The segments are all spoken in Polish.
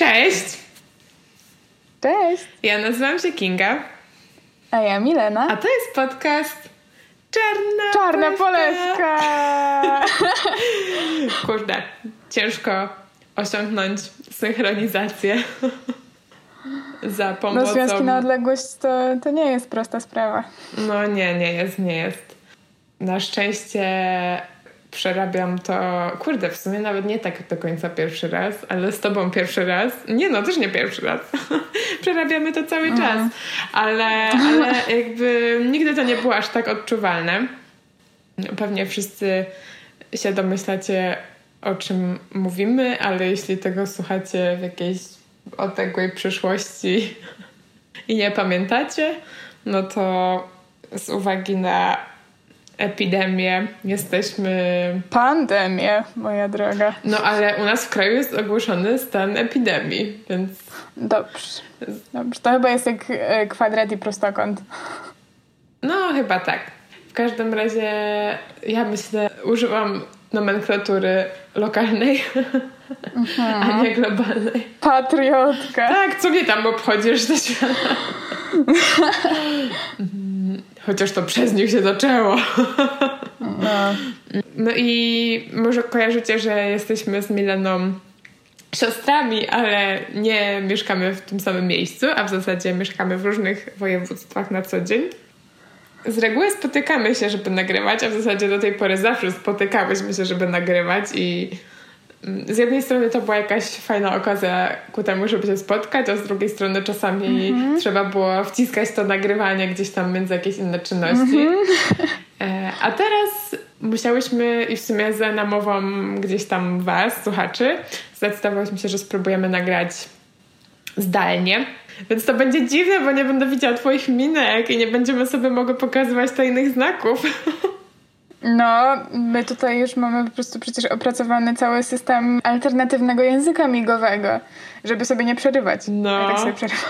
Cześć! Cześć! Ja nazywam się Kinga. A ja Milena. A to jest podcast Czarna Poleska! Kurde, ciężko osiągnąć synchronizację za pomocą... No związki na odległość to nie jest prosta sprawa. No nie jest. Na szczęście przerabiam to... Kurde, w sumie nawet nie tak do końca pierwszy raz, ale z tobą pierwszy raz. Nie no, też nie pierwszy raz. Przerabiamy to cały czas. Ale jakby nigdy to nie było aż tak odczuwalne. Pewnie wszyscy się domyślacie, o czym mówimy, ale jeśli tego słuchacie w jakiejś odległej przyszłości i nie pamiętacie, no to z uwagi na epidemię jesteśmy... Pandemię, moja droga. No ale u nas w kraju jest ogłoszony stan epidemii, więc... Dobrze. To chyba jest jak kwadrat i prostokąt. No chyba tak. W każdym razie ja myślę, używam nomenklatury lokalnej, a nie globalnej. Patriotka. Tak, co mnie tam obchodzisz ze świata? Chociaż to przez nich się zaczęło. No i może kojarzycie, że jesteśmy z Mileną siostrami, ale nie mieszkamy w tym samym miejscu, a w zasadzie mieszkamy w różnych województwach na co dzień. Z reguły spotykamy się, żeby nagrywać, a w zasadzie do tej pory zawsze spotykałyśmy się, żeby nagrywać i z jednej strony to była jakaś fajna okazja ku temu, żeby się spotkać, a z drugiej strony czasami trzeba było wciskać to nagrywanie gdzieś tam między jakieś inne czynności. A teraz musiałyśmy i w sumie za namową gdzieś tam was, słuchaczy, zdecydowałyśmy się, że spróbujemy nagrać zdalnie. Więc to będzie dziwne, bo nie będę widziała twoich minek i nie będziemy sobie mogły pokazywać tajnych znaków. No, my tutaj już mamy po prostu przecież opracowany cały system alternatywnego języka migowego, żeby sobie nie przerywać. No. Tak sobie przerywamy.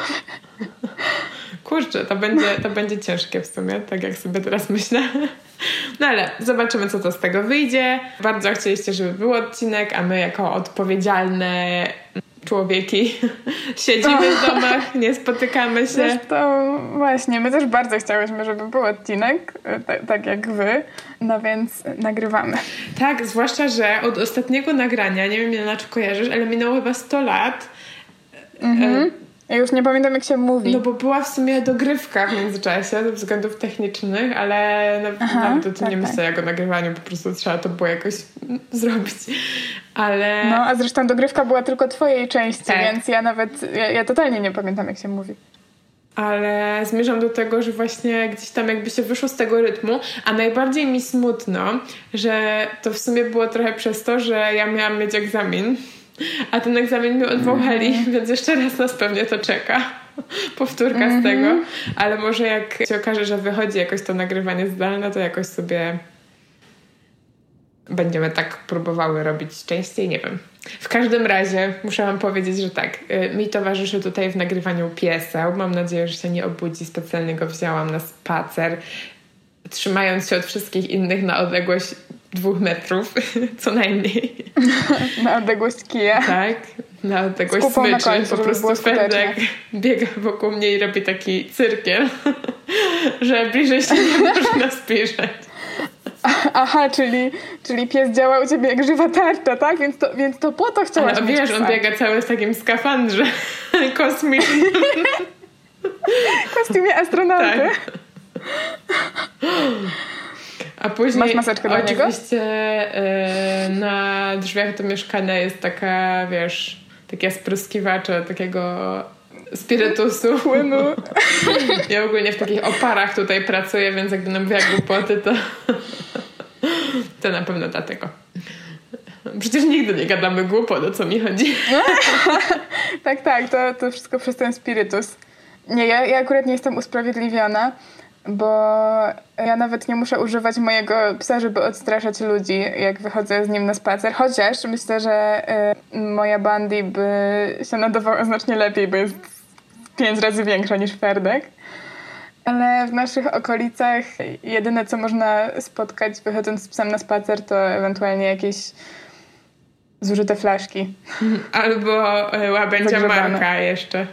Kurczę, to będzie ciężkie w sumie, tak jak sobie teraz myślę. No ale zobaczymy, co to z tego wyjdzie. Bardzo chcieliście, żeby był odcinek, a my jako odpowiedzialne człowieki siedzimy w domach, nie spotykamy się. Zresztą właśnie, my też bardzo chciałyśmy, żeby był odcinek, tak jak wy, no więc nagrywamy. Tak, zwłaszcza, że od ostatniego nagrania, nie wiem ile czy kojarzysz, ale minęło chyba 100 lat. Ja już nie pamiętam, jak się mówi. No bo była w sumie dogrywka w międzyczasie ze względów technicznych, ale nawet o tym nie myślę jak o nagrywaniu, po prostu trzeba to było jakoś zrobić. Ale... No, a zresztą dogrywka była tylko twojej części, tak. Więc ja totalnie nie pamiętam, jak się mówi. Ale zmierzam do tego, że właśnie gdzieś tam jakby się wyszło z tego rytmu, a najbardziej mi smutno, że to w sumie było trochę przez to, że ja miałam mieć egzamin, a ten egzamin mi odwołali, więc jeszcze raz nas pewnie to czeka. Powtórka z tego. Ale może jak się okaże, że wychodzi jakoś to nagrywanie zdalne, to jakoś sobie będziemy tak próbowały robić częściej, nie wiem. W każdym razie muszę wam powiedzieć, że tak, mi towarzyszy tutaj w nagrywaniu pieseł. Mam nadzieję, że się nie obudzi. Specjalnie go wzięłam na spacer, trzymając się od wszystkich innych na odległość 2 metrów, co najmniej. Na odległość kija. Tak, na odległość smyczy. Po prostu Ferdek biega wokół mnie i robi taki cyrkiel, że bliżej się nie można zbliżać. Aha, czyli pies działa u ciebie jak żywa tarcza, tak? Więc to po to chciałaś mieć psa. Wiesz, on biega cały w takim skafandrze kosmicznym. Kostiumie astronauty. Tak. A później masz maseczkę dla niego? Oczywiście na drzwiach do mieszkania jest taka, wiesz, takie spryskiwacze takiego spirytusu. Płynu. Ja ogólnie w takich oparach tutaj pracuję, więc jak będę mówiła głupoty, to na pewno dlatego. Przecież nigdy nie gadamy głupot, o co mi chodzi. Tak, to wszystko przez ten spirytus. Nie, ja akurat nie jestem usprawiedliwiona, bo ja nawet nie muszę używać mojego psa, żeby odstraszać ludzi, jak wychodzę z nim na spacer. Chociaż myślę, że moja Bundy by się nadawała znacznie lepiej, bo jest 5 razy większa niż Ferdek. Ale w naszych okolicach jedyne, co można spotkać wychodząc z psem na spacer, to ewentualnie jakieś zużyte flaszki. Albo łabędzia Marka jeszcze.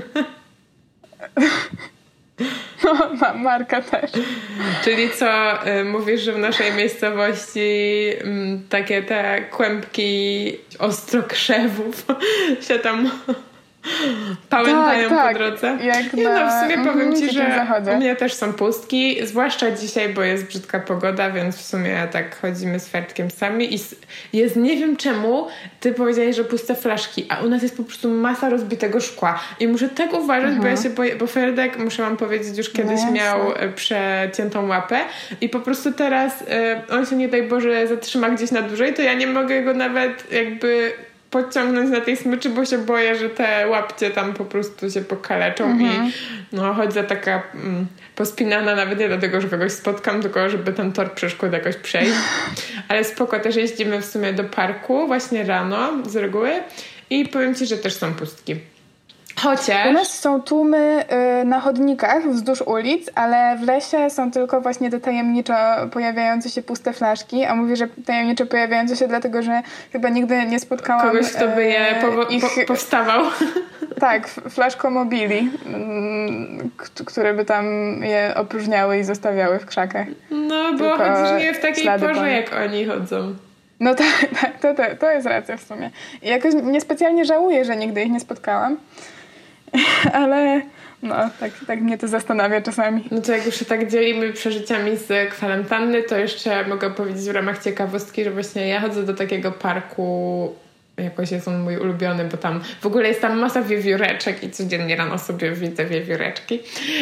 No, Marka też. Czyli co, mówisz, że w naszej miejscowości takie te kłębki ostrokrzewów się tam pałętają po drodze? W sumie powiem ci, że u mnie też są pustki, zwłaszcza dzisiaj, bo jest brzydka pogoda, więc w sumie tak chodzimy z Ferdkiem sami i jest, nie wiem czemu, ty powiedziałeś, że puste flaszki, a u nas jest po prostu masa rozbitego szkła i muszę tak uważać, bo ja się boję, bo Ferdek, muszę wam powiedzieć, już kiedyś miał przeciętą łapę i po prostu teraz on się, nie daj Boże, zatrzyma gdzieś na dłużej, to ja nie mogę go nawet jakby podciągnąć na tej smyczy, bo się boję, że te łapcie tam po prostu się pokaleczą i chodzę taka pospinana, nawet nie dlatego, że kogoś spotkam, tylko żeby ten tor przeszkód jakoś przejść. Ale spoko, też jeździmy w sumie do parku właśnie rano z reguły i powiem ci, że też są pustki. Chociaż... U nas są tłumy na chodnikach wzdłuż ulic, ale w lesie są tylko właśnie te tajemniczo pojawiające się puste flaszki, a mówię, że tajemniczo pojawiające się dlatego, że chyba nigdy nie spotkałam kogoś, kto by je powstawał. Tak, flaszkomobili, które by tam je opróżniały i zostawiały w krzakach. No, bo chodzisz nie w takiej porze, jak oni chodzą. No tak, to jest racja w sumie. I jakoś niespecjalnie żałuję, że nigdy ich nie spotkałam. Ale no, tak mnie to zastanawia czasami. No to jak już się tak dzielimy przeżyciami z kwarantanny, to jeszcze mogę powiedzieć w ramach ciekawostki, że właśnie ja chodzę do takiego parku, jakoś jest on mój ulubiony, bo tam w ogóle jest tam masa wiewióreczek i codziennie rano sobie widzę wiewióreczki.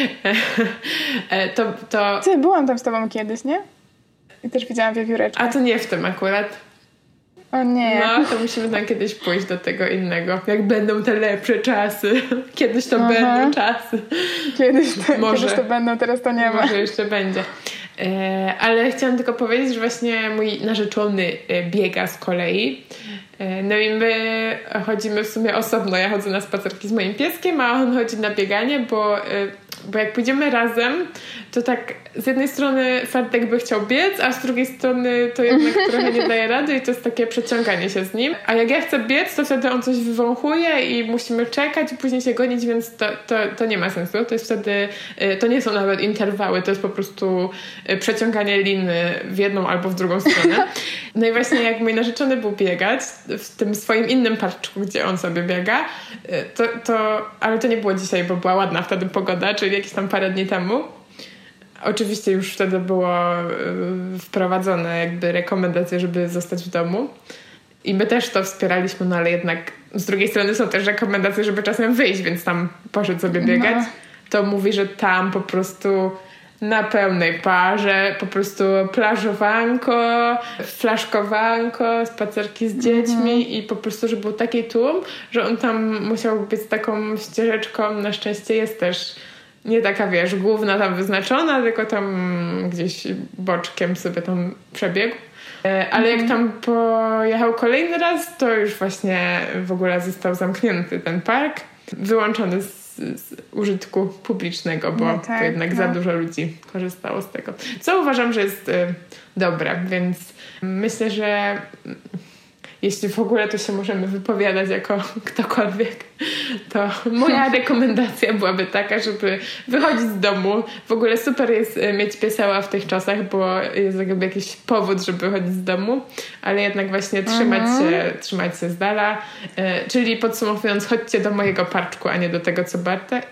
Ty, byłam tam z tobą kiedyś, nie? I też widziałam wiewióreczkę. A to nie w tym akurat. O nie. No, to musimy tam kiedyś pójść do tego innego. Jak będą te lepsze czasy. Kiedyś to będą czasy. Kiedyś to będą, teraz to nie ma. Może jeszcze będzie. Ale chciałam tylko powiedzieć, że właśnie mój narzeczony biega z kolei. No i my chodzimy w sumie osobno. Ja chodzę na spacerki z moim pieskiem, a on chodzi na bieganie, bo jak pójdziemy razem, to tak z jednej strony Ferdek by chciał biec, a z drugiej strony to jednak trochę nie daje rady i to jest takie przeciąganie się z nim. A jak ja chcę biec, to wtedy on coś wywąchuje i musimy czekać i później się gonić, więc to nie ma sensu. To jest wtedy, to nie są nawet interwały, to jest po prostu przeciąganie liny w jedną albo w drugą stronę. No i właśnie jak mój narzeczony był biegać w tym swoim innym parczku, gdzie on sobie biega, ale to nie było dzisiaj, bo była ładna wtedy pogoda, czyli jakieś tam parę dni temu. Oczywiście już wtedy było wprowadzone jakby rekomendacje, żeby zostać w domu. I my też to wspieraliśmy, no ale jednak z drugiej strony są też rekomendacje, żeby czasem wyjść, więc tam poszedł sobie biegać. No. To mówi, że tam po prostu na pełnej parze, po prostu plażowanko, flaszkowanko, spacerki z dziećmi i po prostu, że był taki tłum, że on tam musiał być taką ścieżeczką. Na szczęście jest też nie taka, wiesz, główna tam wyznaczona, tylko tam gdzieś boczkiem sobie tam przebiegł. Ale jak tam pojechał kolejny raz, to już właśnie w ogóle został zamknięty ten park, wyłączony z użytku publicznego, bo to jednak za dużo ludzi korzystało z tego. Co uważam, że jest dobre, więc myślę, że jeśli w ogóle to się możemy wypowiadać jako ktokolwiek, to moja rekomendacja byłaby taka, żeby wychodzić z domu. W ogóle super jest mieć pieseła w tych czasach, bo jest jakby jakiś powód, żeby wychodzić z domu, ale jednak właśnie trzymać się z dala. Czyli podsumowując, chodźcie do mojego parczku, a nie do tego, co Bartek...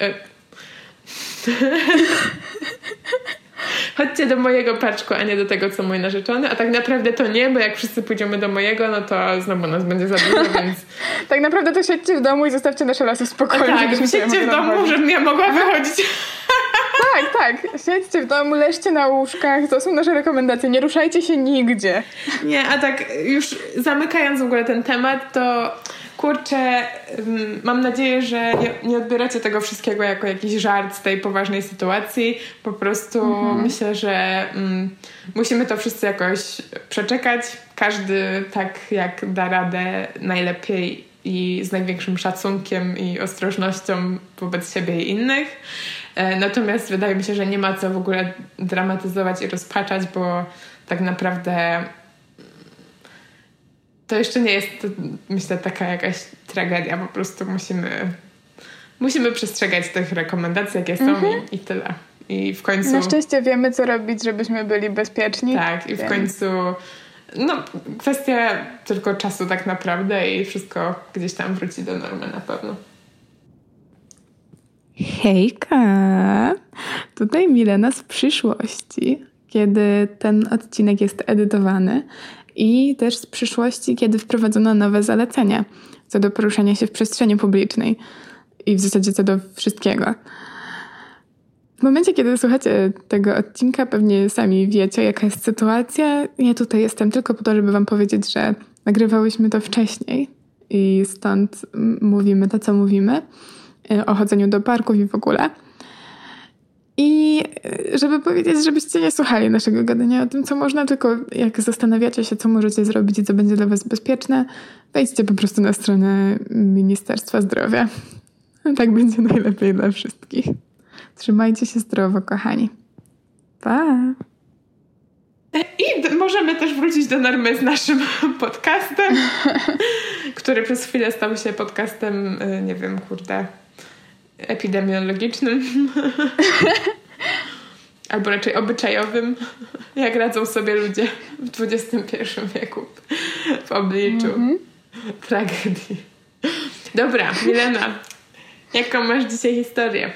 Chodźcie do mojego parczku, a nie do tego, co mój narzeczony. A tak naprawdę to nie, bo jak wszyscy pójdziemy do mojego, no to znowu nas będzie za dużo, więc... Tak naprawdę to siedźcie w domu i zostawcie nasze lasy w spokoju. Tak, siedźcie w domu, żebym ja mogła wychodzić. Tak. Siedźcie w domu, leżcie na łóżkach. To są nasze rekomendacje. Nie ruszajcie się nigdzie. Nie, a tak już zamykając w ogóle ten temat, to kurczę, mam nadzieję, że nie odbieracie tego wszystkiego jako jakiś żart z tej poważnej sytuacji. Po prostu myślę, że musimy to wszyscy jakoś przeczekać. Każdy tak jak da radę najlepiej i z największym szacunkiem i ostrożnością wobec siebie i innych. Natomiast wydaje mi się, że nie ma co w ogóle dramatyzować i rozpaczać, bo tak naprawdę to jeszcze nie jest, myślę, taka jakaś tragedia. Po prostu musimy przestrzegać tych rekomendacji, jakie są i tyle. I w końcu... Na szczęście wiemy, co robić, żebyśmy byli bezpieczni. Tak, i w końcu... kwestia tylko czasu tak naprawdę i wszystko gdzieś tam wróci do normy na pewno. Hejka! Tutaj Milena z przyszłości, kiedy ten odcinek jest edytowany i też z przyszłości, kiedy wprowadzono nowe zalecenia co do poruszania się w przestrzeni publicznej i w zasadzie co do wszystkiego. W momencie, kiedy słuchacie tego odcinka, pewnie sami wiecie, jaka jest sytuacja. Ja tutaj jestem tylko po to, żeby wam powiedzieć, że nagrywałyśmy to wcześniej i stąd mówimy to, co mówimy o chodzeniu do parków i w ogóle. I żeby powiedzieć, żebyście nie słuchali naszego gadania o tym, co można, tylko jak zastanawiacie się, co możecie zrobić i co będzie dla was bezpieczne, wejdźcie po prostu na stronę Ministerstwa Zdrowia. Tak będzie najlepiej dla wszystkich. Trzymajcie się zdrowo, kochani. Pa! I możemy też wrócić do normy z naszym podcastem, który przez chwilę stał się podcastem, nie wiem, epidemiologicznym. Albo raczej obyczajowym, jak radzą sobie ludzie w XXI wieku w obliczu tragedii. Dobra, Milena, jaką masz dzisiaj historię?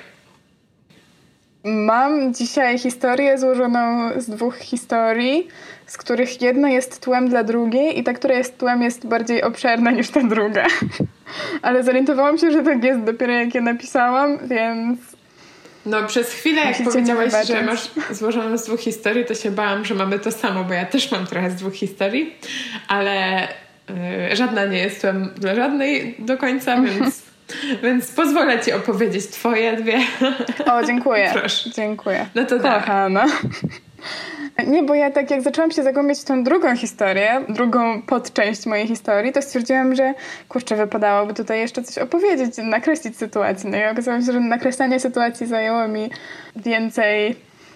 Mam dzisiaj historię złożoną z 2 historii, z których jedna jest tłem dla drugiej i ta, która jest tłem, jest bardziej obszerna niż ta druga. Ale zorientowałam się, że tak jest dopiero jak je napisałam, więc... No przez chwilę, jak powiedziałaś, że masz złożoną z 2 historii, to się bałam, że mamy to samo, bo ja też mam trochę z 2 historii, ale żadna nie jest tłem dla żadnej do końca, więc pozwolę ci opowiedzieć twoje 2. O, dziękuję. Proszę. Dziękuję. No to kochana. Nie, bo ja tak jak zaczęłam się zagłębiać w tą drugą historię, drugą podczęść mojej historii, to stwierdziłam, że wypadałoby tutaj jeszcze coś opowiedzieć, nakreślić sytuację. No i okazało się, że nakreślanie sytuacji zajęło mi więcej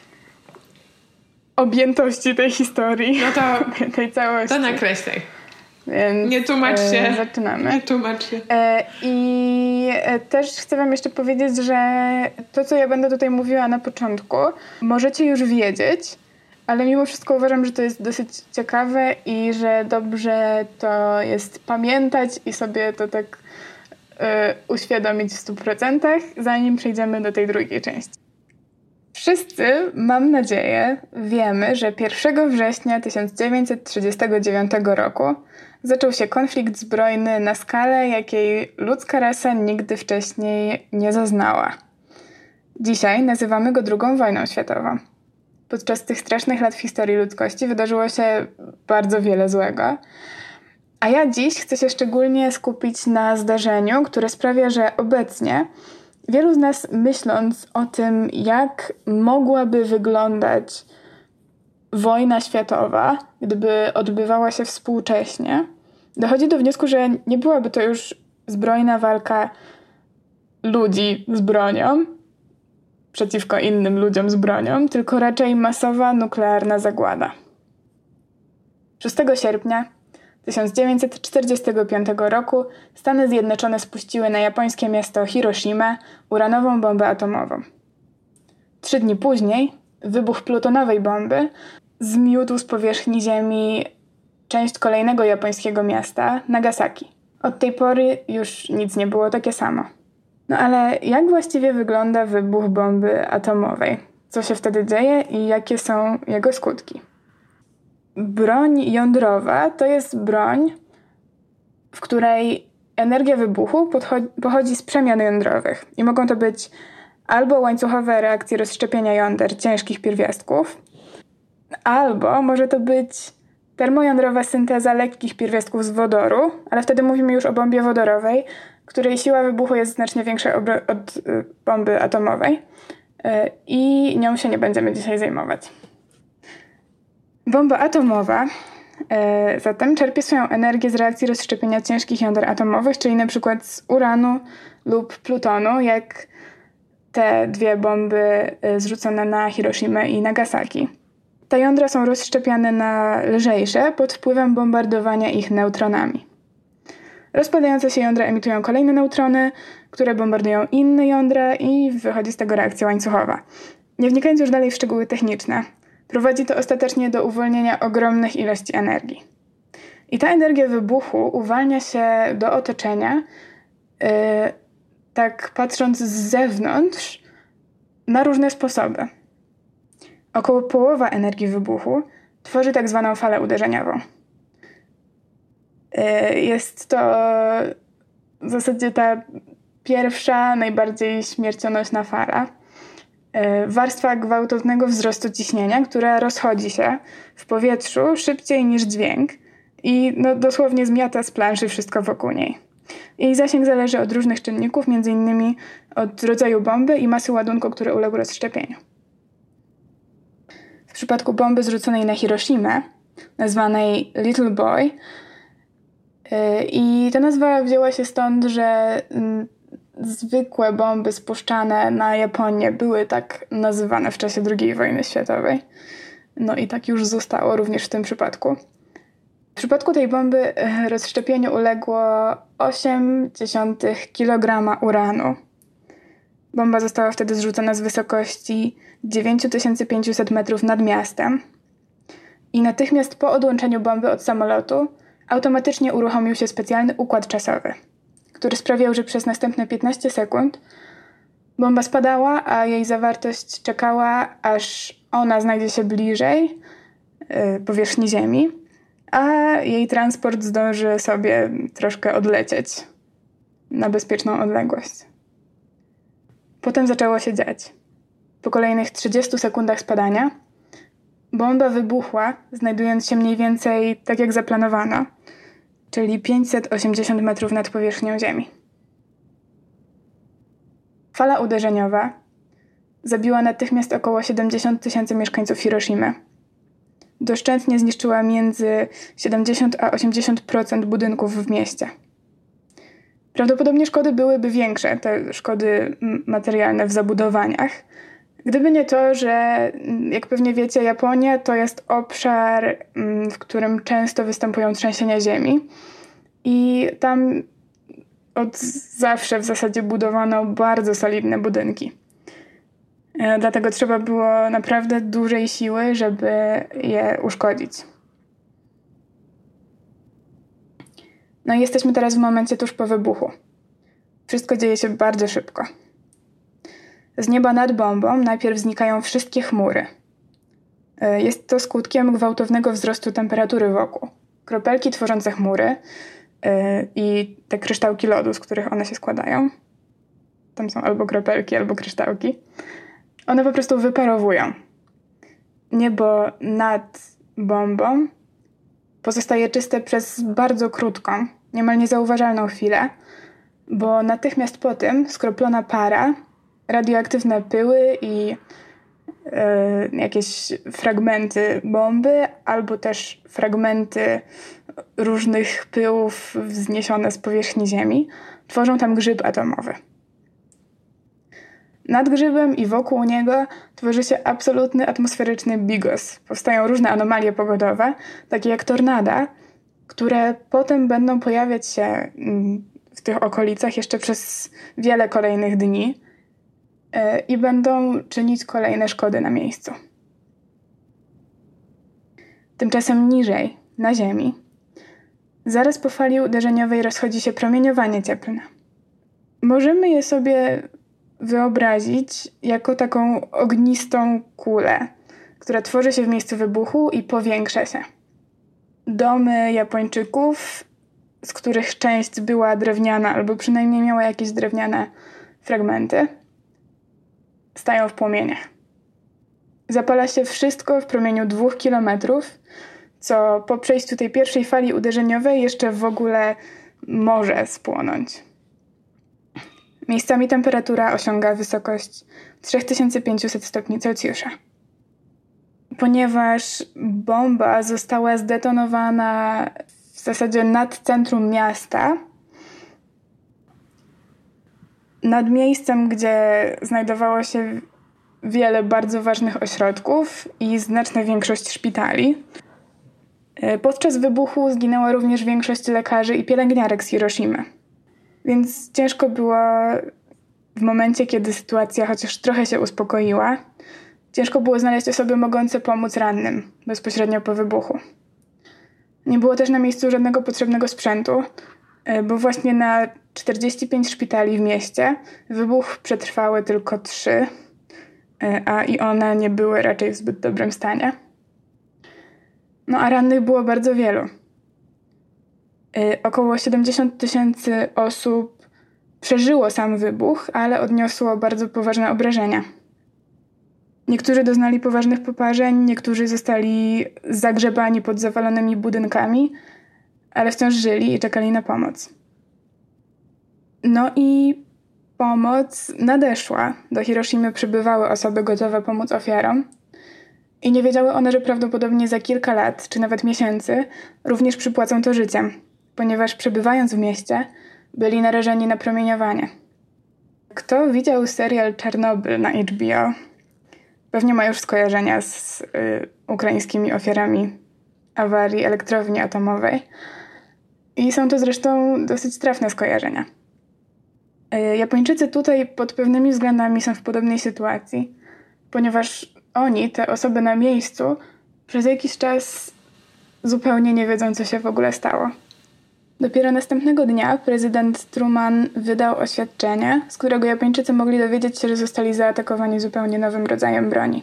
objętości tej historii. No to tej całości. To nakreślaj. Więc nie tłumacz się. Zaczynamy. Nie tłumacz się. I też chcę wam jeszcze powiedzieć, że to, co ja będę tutaj mówiła na początku, możecie już wiedzieć, ale mimo wszystko uważam, że to jest dosyć ciekawe i że dobrze to jest pamiętać i sobie to tak uświadomić w 100%, zanim przejdziemy do tej drugiej części. Wszyscy, mam nadzieję, wiemy, że 1 września 1939 roku zaczął się konflikt zbrojny na skalę, jakiej ludzka rasa nigdy wcześniej nie zaznała. Dzisiaj nazywamy go II wojną światową. Podczas tych strasznych lat w historii ludzkości wydarzyło się bardzo wiele złego. A ja dziś chcę się szczególnie skupić na zdarzeniu, które sprawia, że obecnie wielu z nas, myśląc o tym, jak mogłaby wyglądać wojna światowa, gdyby odbywała się współcześnie, dochodzi do wniosku, że nie byłaby to już zbrojna walka ludzi z bronią przeciwko innym ludziom z bronią, tylko raczej masowa nuklearna zagłada. 6 sierpnia 1945 roku Stany Zjednoczone spuściły na japońskie miasto Hiroshima uranową bombę atomową. 3 dni później wybuch plutonowej bomby zmiótł z powierzchni Ziemi część kolejnego japońskiego miasta, Nagasaki. Od tej pory już nic nie było takie samo. No ale jak właściwie wygląda wybuch bomby atomowej? Co się wtedy dzieje i jakie są jego skutki? Broń jądrowa to jest broń, w której energia wybuchu pochodzi z przemian jądrowych i mogą to być albo łańcuchowe reakcje rozszczepienia jąder ciężkich pierwiastków, albo może to być termojądrowa synteza lekkich pierwiastków z wodoru, ale wtedy mówimy już o bombie wodorowej, której siła wybuchu jest znacznie większa od bomby atomowej i nią się nie będziemy dzisiaj zajmować. Bomba atomowa zatem czerpie swoją energię z reakcji rozszczepienia ciężkich jąder atomowych, czyli na przykład z uranu lub plutonu, jak te 2 bomby zrzucone na Hiroshimę i Nagasaki. Te jądra są rozszczepiane na lżejsze pod wpływem bombardowania ich neutronami. Rozpadające się jądra emitują kolejne neutrony, które bombardują inne jądra i wychodzi z tego reakcja łańcuchowa. Nie wnikając już dalej w szczegóły techniczne, prowadzi to ostatecznie do uwolnienia ogromnych ilości energii. I ta energia wybuchu uwalnia się do otoczenia, tak patrząc z zewnątrz, na różne sposoby. Około połowa energii wybuchu tworzy tak zwaną falę uderzeniową. Jest to w zasadzie ta pierwsza, najbardziej śmiercionośna fala. Warstwa gwałtownego wzrostu ciśnienia, która rozchodzi się w powietrzu szybciej niż dźwięk i dosłownie zmiata z planszy wszystko wokół niej. Jej zasięg zależy od różnych czynników, m.in. od rodzaju bomby i masy ładunku, który uległ rozszczepieniu. W przypadku bomby zrzuconej na Hiroshimę, nazwanej Little Boy, i ta nazwa wzięła się stąd, że zwykłe bomby spuszczane na Japonię były tak nazywane w czasie II wojny światowej. No i tak już zostało również w tym przypadku. W przypadku tej bomby rozszczepieniu uległo 0,8 kg uranu. Bomba została wtedy zrzucona z wysokości 9500 metrów nad miastem i natychmiast po odłączeniu bomby od samolotu automatycznie uruchomił się specjalny układ czasowy, który sprawiał, że przez następne 15 sekund bomba spadała, a jej zawartość czekała, aż ona znajdzie się bliżej powierzchni Ziemi, a jej transport zdąży sobie troszkę odlecieć na bezpieczną odległość. Potem zaczęło się dziać. Po kolejnych 30 sekundach spadania bomba wybuchła, znajdując się mniej więcej tak jak zaplanowano, czyli 580 metrów nad powierzchnią Ziemi. Fala uderzeniowa zabiła natychmiast około 70 000 mieszkańców Hiroshimy. Doszczętnie zniszczyła między 70 a 80% budynków w mieście. Prawdopodobnie szkody byłyby większe, te szkody materialne w zabudowaniach, gdyby nie to, że jak pewnie wiecie, Japonia to jest obszar, w którym często występują trzęsienia ziemi i tam od zawsze w zasadzie budowano bardzo solidne budynki. Dlatego trzeba było naprawdę dużej siły, żeby je uszkodzić. No i jesteśmy teraz w momencie tuż po wybuchu. Wszystko dzieje się bardzo szybko. Z nieba nad bombą najpierw znikają wszystkie chmury. Jest to skutkiem gwałtownego wzrostu temperatury wokół. Kropelki tworzące chmury i te kryształki lodu, z których one się składają. Tam są albo kropelki, albo kryształki. One po prostu wyparowują. Niebo nad bombą pozostaje czyste przez bardzo krótką, niemal niezauważalną chwilę, bo natychmiast po tym skroplona para, radioaktywne pyły i jakieś fragmenty bomby, albo też fragmenty różnych pyłów wzniesione z powierzchni Ziemi, tworzą tam grzyb atomowy. Nad grzybem i wokół niego tworzy się absolutny atmosferyczny bigos. Powstają różne anomalie pogodowe, takie jak tornada, które potem będą pojawiać się w tych okolicach jeszcze przez wiele kolejnych dni i będą czynić kolejne szkody na miejscu. Tymczasem niżej, na Ziemi, zaraz po fali uderzeniowej rozchodzi się promieniowanie cieplne. Możemy je sobie wyobrazić jako taką ognistą kulę, która tworzy się w miejscu wybuchu i powiększa się. Domy Japończyków, z których część była drewniana, albo przynajmniej miała jakieś drewniane fragmenty, stają w płomieniach. Zapala się wszystko w promieniu 2 kilometrów, co po przejściu tej pierwszej fali uderzeniowej jeszcze w ogóle może spłonąć. Miejscami temperatura osiąga wysokość 3500 stopni Celsjusza. Ponieważ bomba została zdetonowana w zasadzie nad centrum miasta, nad miejscem, gdzie znajdowało się wiele bardzo ważnych ośrodków i znaczna większość szpitali. Podczas wybuchu zginęła również większość lekarzy i pielęgniarek z Hiroshimy. Więc ciężko było w momencie, kiedy sytuacja chociaż trochę się uspokoiła, ciężko było znaleźć osoby mogące pomóc rannym bezpośrednio po wybuchu. Nie było też na miejscu żadnego potrzebnego sprzętu, bo właśnie na 45 szpitali w mieście wybuch przetrwały tylko 3, a i one nie były raczej w zbyt dobrym stanie. No a rannych było bardzo wielu. Około 70 000 osób przeżyło sam wybuch, ale odniosło bardzo poważne obrażenia. Niektórzy doznali poważnych poparzeń, niektórzy zostali zagrzebani pod zawalonymi budynkami, ale wciąż żyli i czekali na pomoc. No i pomoc nadeszła. Do Hiroshimy przybywały osoby gotowe pomóc ofiarom i nie wiedziały one, że prawdopodobnie za kilka lat, czy nawet miesięcy, również przypłacą to życiem, ponieważ przebywając w mieście, byli narażeni na promieniowanie. Kto widział serial Czarnobyl na HBO, pewnie ma już skojarzenia z ukraińskimi ofiarami awarii elektrowni atomowej. I są to zresztą dosyć trafne skojarzenia. Japończycy tutaj pod pewnymi względami są w podobnej sytuacji, ponieważ oni, te osoby na miejscu, przez jakiś czas zupełnie nie wiedzą, co się w ogóle stało. Dopiero następnego dnia prezydent Truman wydał oświadczenie, z którego Japończycy mogli dowiedzieć się, że zostali zaatakowani zupełnie nowym rodzajem broni.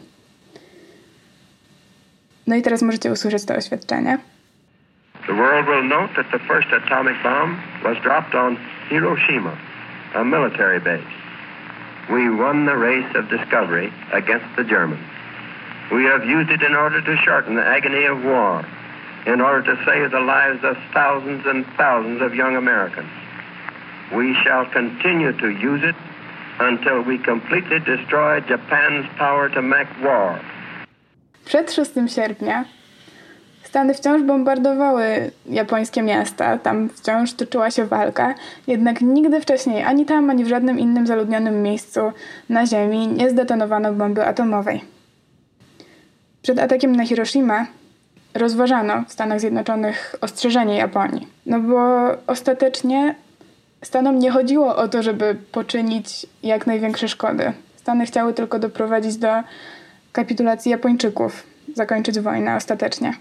No i teraz możecie usłyszeć to oświadczenie. The world will note that the first atomic bomb was dropped on Hiroshima, a military base. We won the race of discovery against the Germans. We have used it in order to shorten the agony of war, in order to save the lives of thousands and thousands of young Americans. We shall continue to use it until we completely destroy Japan's power to make war. Przed 6 sierpnia Stany wciąż bombardowały japońskie miasta, tam wciąż toczyła się walka, jednak nigdy wcześniej, ani tam, ani w żadnym innym zaludnionym miejscu na ziemi nie zdetonowano bomby atomowej. Przed atakiem na Hiroshimę rozważano w Stanach Zjednoczonych ostrzeżenie Japonii. No bo ostatecznie Stanom nie chodziło o to, żeby poczynić jak największe szkody. Stany chciały tylko doprowadzić do kapitulacji Japończyków, zakończyć wojnę ostatecznie.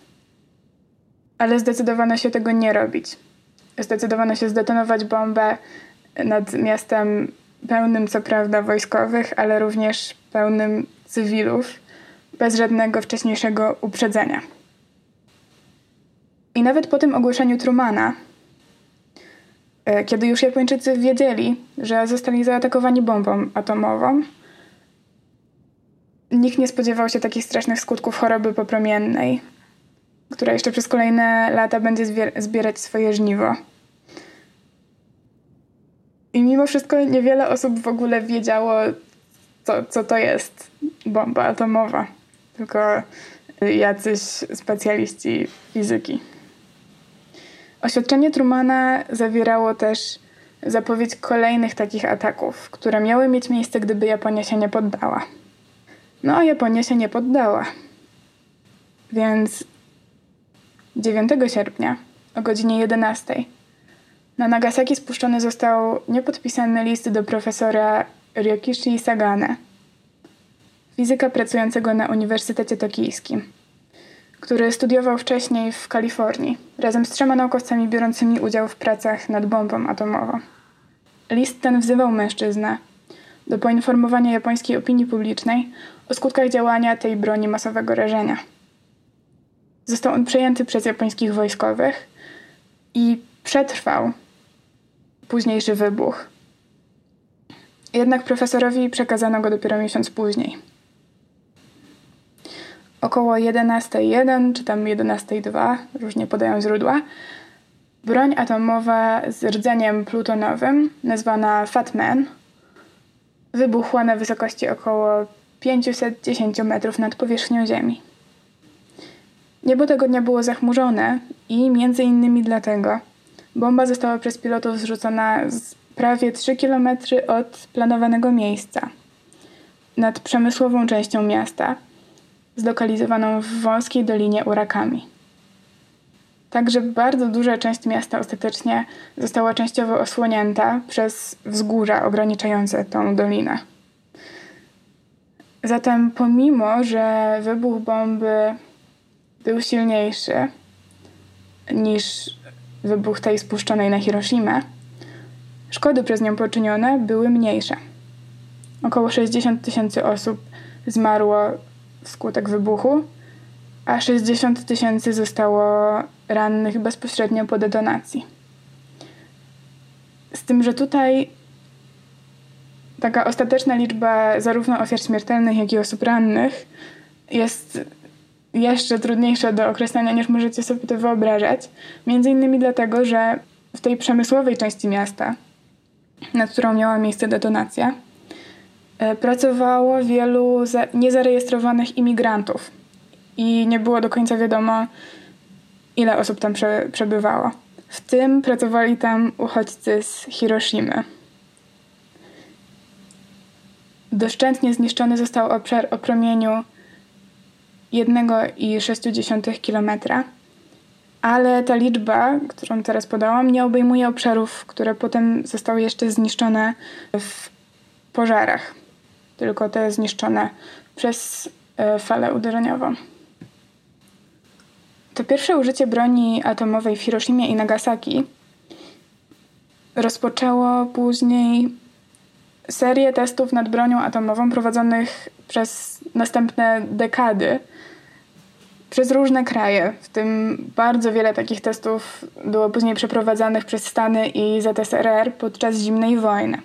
Ale zdecydowano się tego nie robić. Zdecydowano się zdetonować bombę nad miastem pełnym co prawda wojskowych, ale również pełnym cywilów, bez żadnego wcześniejszego uprzedzenia. I nawet po tym ogłoszeniu Trumana, kiedy już Japończycy wiedzieli, że zostali zaatakowani bombą atomową, nikt nie spodziewał się takich strasznych skutków choroby popromiennej, która jeszcze przez kolejne lata będzie zbierać swoje żniwo. I mimo wszystko niewiele osób w ogóle wiedziało, co to jest bomba atomowa. Tylko jacyś specjaliści fizyki. Oświadczenie Trumana zawierało też zapowiedź kolejnych takich ataków, które miały mieć miejsce, gdyby Japonia się nie poddała. No a Japonia się nie poddała. Więc 9 sierpnia o godzinie 11 na Nagasaki spuszczony został niepodpisany list do profesora Ryokishi Sagane, fizyka pracującego na Uniwersytecie Tokijskim, który studiował wcześniej w Kalifornii razem z 3 naukowcami biorącymi udział w pracach nad bombą atomową. List ten wzywał mężczyznę do poinformowania japońskiej opinii publicznej o skutkach działania tej broni masowego rażenia. Został on przejęty przez japońskich wojskowych i przetrwał późniejszy wybuch. Jednak profesorowi przekazano go dopiero miesiąc później. Około 11:01 czy tam 11:02, różnie podają źródła, broń atomowa z rdzeniem plutonowym, nazwana Fat Man, wybuchła na wysokości około 510 metrów nad powierzchnią Ziemi. Niebo tego dnia było zachmurzone i między innymi dlatego bomba została przez pilotów zrzucona z prawie 3 km od planowanego miejsca. nad przemysłową częścią miasta, zlokalizowaną w wąskiej dolinie Urakami. Także bardzo duża część miasta ostatecznie została częściowo osłonięta przez wzgórza ograniczające tą dolinę. Zatem pomimo, że wybuch bomby był silniejszy niż wybuch tej spuszczonej na Hiroshimę, szkody przez nią poczynione były mniejsze. Około 60 000 osób zmarło wskutek wybuchu, a 60 000 zostało rannych bezpośrednio po detonacji. Z tym, że tutaj taka ostateczna liczba zarówno ofiar śmiertelnych, jak i osób rannych jest jeszcze trudniejsza do określenia, niż możecie sobie to wyobrażać. Między innymi dlatego, że w tej przemysłowej części miasta, nad którą miała miejsce detonacja, pracowało wielu niezarejestrowanych imigrantów i nie było do końca wiadomo, ile osób tam przebywało. W tym pracowali tam uchodźcy z Hiroshimy. Doszczętnie zniszczony został obszar o promieniu 1,6 kilometra, ale ta liczba, którą teraz podałam, nie obejmuje obszarów, które potem zostały jeszcze zniszczone w pożarach, tylko te zniszczone przez falę uderzeniową. To pierwsze użycie broni atomowej w Hiroshimie i Nagasaki rozpoczęło później serię testów nad bronią atomową prowadzonych przez następne dekady przez różne kraje. W tym bardzo wiele takich testów było później przeprowadzanych przez Stany i ZSRR podczas zimnej wojny.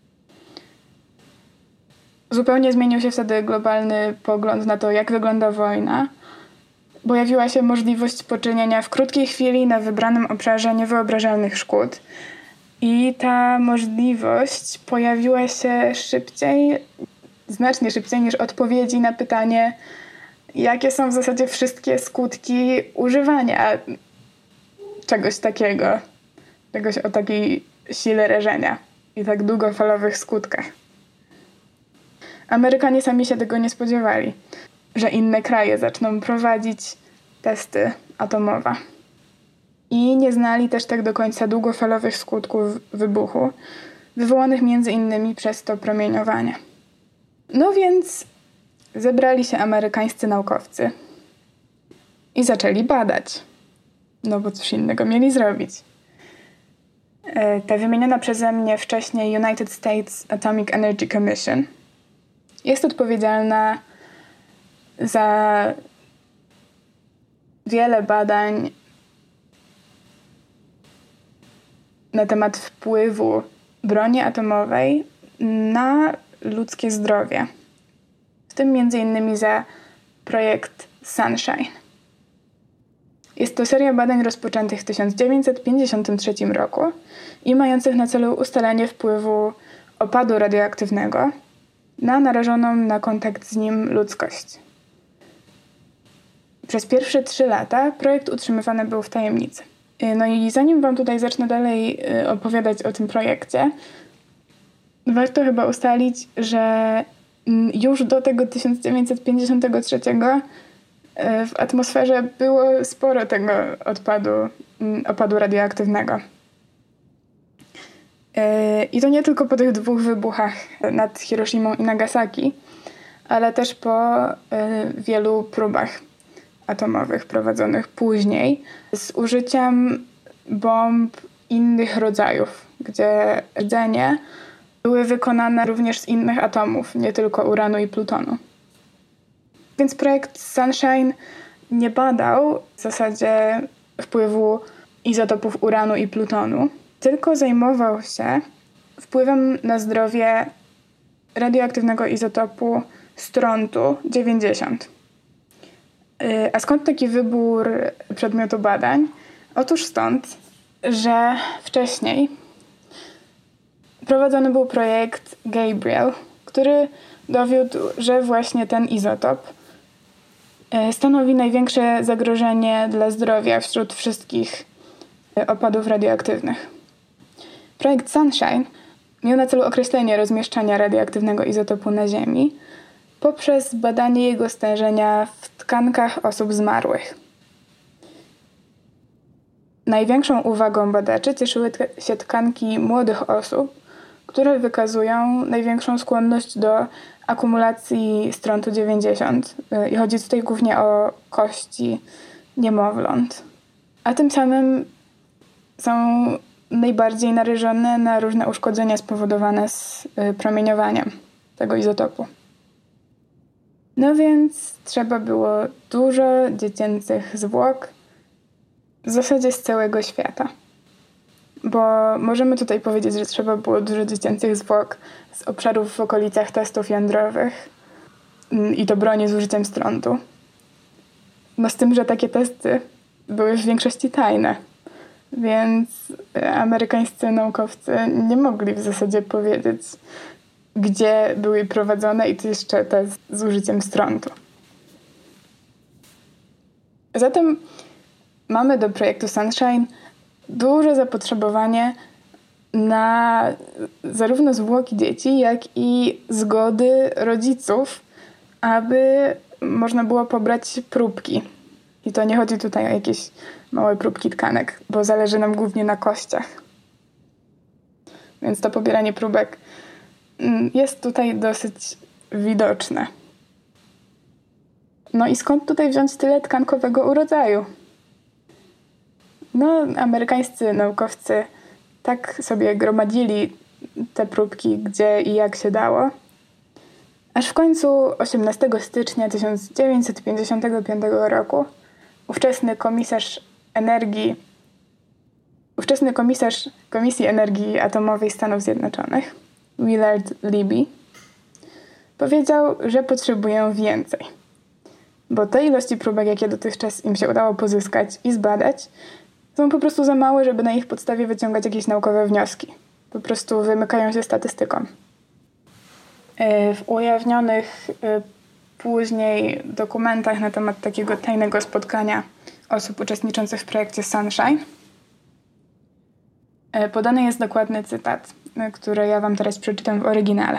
Zupełnie zmienił się wtedy globalny pogląd na to, jak wygląda wojna. Pojawiła się możliwość poczynienia w krótkiej chwili na wybranym obszarze niewyobrażalnych szkód. I ta możliwość pojawiła się znacznie szybciej niż odpowiedzi na pytanie, jakie są w zasadzie wszystkie skutki używania czegoś takiego, czegoś o takiej sile rażenia i tak długofalowych skutkach. Amerykanie sami się tego nie spodziewali, że inne kraje zaczną prowadzić testy atomowe. I nie znali też tak do końca długofalowych skutków wybuchu, wywołanych między innymi przez to promieniowanie. No więc zebrali się amerykańscy naukowcy i zaczęli badać. No bo cóż innego mieli zrobić. Ta wymieniona przeze mnie wcześniej United States Atomic Energy Commission jest odpowiedzialna za wiele badań na temat wpływu broni atomowej na ludzkie zdrowie. W tym m.in. za projekt Sunshine. Jest to seria badań rozpoczętych w 1953 roku i mających na celu ustalenie wpływu opadu radioaktywnego na narażoną na kontakt z nim ludzkość. Przez pierwsze 3 lata projekt utrzymywany był w tajemnicy. No i zanim wam tutaj zacznę dalej opowiadać o tym projekcie, warto chyba ustalić, że już do tego 1953 w atmosferze było sporo tego opadu radioaktywnego. I to nie tylko po tych 2 wybuchach nad Hiroshimą i Nagasaki, ale też po wielu próbach atomowych prowadzonych później z użyciem bomb innych rodzajów, gdzie rdzenie były wykonane również z innych atomów, nie tylko uranu i plutonu. Więc projekt Sunshine nie badał w zasadzie wpływu izotopów uranu i plutonu, tylko zajmował się wpływem na zdrowie radioaktywnego izotopu strontu-90. A skąd taki wybór przedmiotu badań? Otóż stąd, że wcześniej prowadzony był projekt Gabriel, który dowiódł, że właśnie ten izotop stanowi największe zagrożenie dla zdrowia wśród wszystkich opadów radioaktywnych. Projekt Sunshine miał na celu określenie rozmieszczania radioaktywnego izotopu na Ziemi, poprzez badanie jego stężenia w tkankach osób zmarłych. Największą uwagą badaczy cieszyły się tkanki młodych osób, które wykazują największą skłonność do akumulacji strontu 90. I chodzi tutaj głównie o kości niemowląt. A tym samym są najbardziej narażone na różne uszkodzenia spowodowane z promieniowaniem tego izotopu. No więc trzeba było dużo dziecięcych zwłok, w zasadzie z całego świata. Bo możemy tutaj powiedzieć, że trzeba było dużo dziecięcych zwłok z obszarów w okolicach testów jądrowych i to broni z użyciem strontu. No z tym, że takie testy były w większości tajne, więc amerykańscy naukowcy nie mogli w zasadzie powiedzieć, gdzie były prowadzone i to jeszcze test z użyciem strontu. Zatem mamy do projektu Sunshine duże zapotrzebowanie na zarówno zwłoki dzieci, jak i zgody rodziców, aby można było pobrać próbki. I to nie chodzi tutaj o jakieś małe próbki tkanek, bo zależy nam głównie na kościach. Więc to pobieranie próbek jest tutaj dosyć widoczne. No i skąd tutaj wziąć tyle tkankowego urodzaju? No, amerykańscy naukowcy tak sobie gromadzili te próbki gdzie i jak się dało. Aż w końcu 18 stycznia 1955 roku ówczesny komisarz Komisji Energii Atomowej Stanów Zjednoczonych, Willard Libby, powiedział, że potrzebują więcej. Bo te ilości próbek, jakie dotychczas im się udało pozyskać i zbadać, są po prostu za małe, żeby na ich podstawie wyciągać jakieś naukowe wnioski. Po prostu wymykają się statystykom. W ujawnionych później dokumentach na temat takiego tajnego spotkania osób uczestniczących w projekcie Sunshine podany jest dokładny cytat, który ja wam teraz przeczytam w oryginale.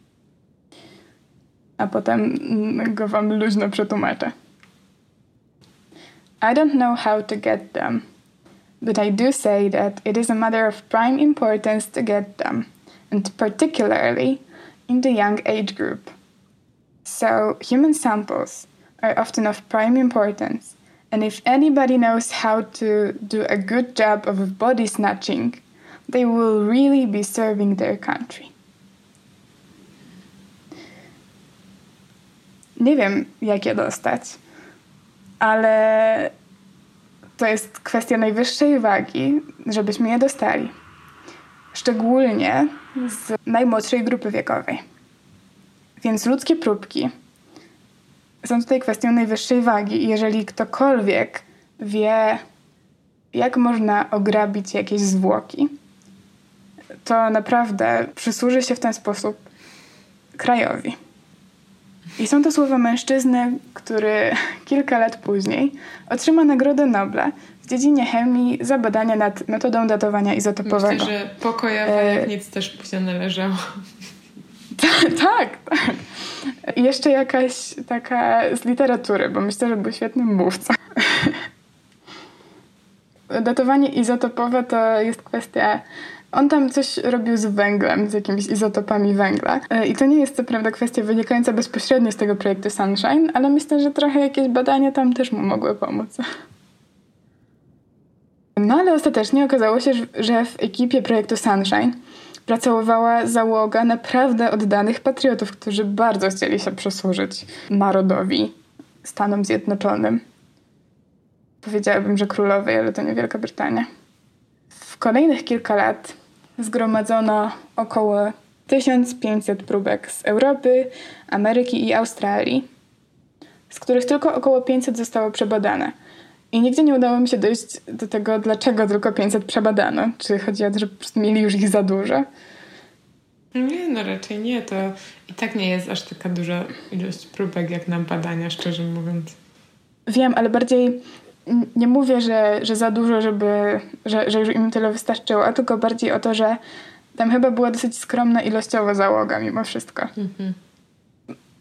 A potem go wam luźno przetłumaczę. I don't know how to get them, but I do say that it is a matter of prime importance to get them, and particularly in the young age group. So, human samples are often of prime importance, and if anybody knows how to do a good job of body snatching, they will really be serving their country. Nie wiem, jak je dostać, ale to jest kwestia najwyższej wagi, żebyśmy je dostali. Szczególnie z najmłodszej grupy wiekowej. Więc ludzkie próbki są tutaj kwestią najwyższej wagi. I jeżeli ktokolwiek wie, jak można ograbić jakieś zwłoki, to naprawdę przysłuży się w ten sposób krajowi. I są to słowa mężczyzny, który kilka lat później otrzyma Nagrodę Nobla w dziedzinie chemii za badania nad metodą datowania izotopowego. Myślę, że pokojowe jak nic też mu się należało. Tak. I jeszcze jakaś taka z literatury, bo myślę, że był świetnym mówcą. Datowanie izotopowe to jest kwestia... On tam coś robił z węglem, z jakimiś izotopami węgla. I to nie jest co prawda kwestia wynikająca bezpośrednio z tego projektu Sunshine, ale myślę, że trochę jakieś badania tam też mu mogły pomóc. No ale ostatecznie okazało się, że w ekipie projektu Sunshine pracowała załoga naprawdę oddanych patriotów, którzy bardzo chcieli się przysłużyć narodowi, Stanom Zjednoczonym. Powiedziałabym, że królowej, ale to nie Wielka Brytania. W kolejnych kilka lat zgromadzono około 1500 próbek z Europy, Ameryki i Australii, z których tylko około 500 zostało przebadane. I nigdzie nie udało mi się dojść do tego, dlaczego tylko 500 przebadano. Czy chodzi o to, że po prostu mieli już ich za dużo? Nie, no raczej nie. To i tak nie jest aż taka duża ilość próbek jak na badania, szczerze mówiąc. Wiem, ale bardziej nie mówię, że za dużo, że już im tyle wystarczyło, a tylko bardziej o to, że tam chyba była dosyć skromna ilościowo załoga mimo wszystko. Mhm.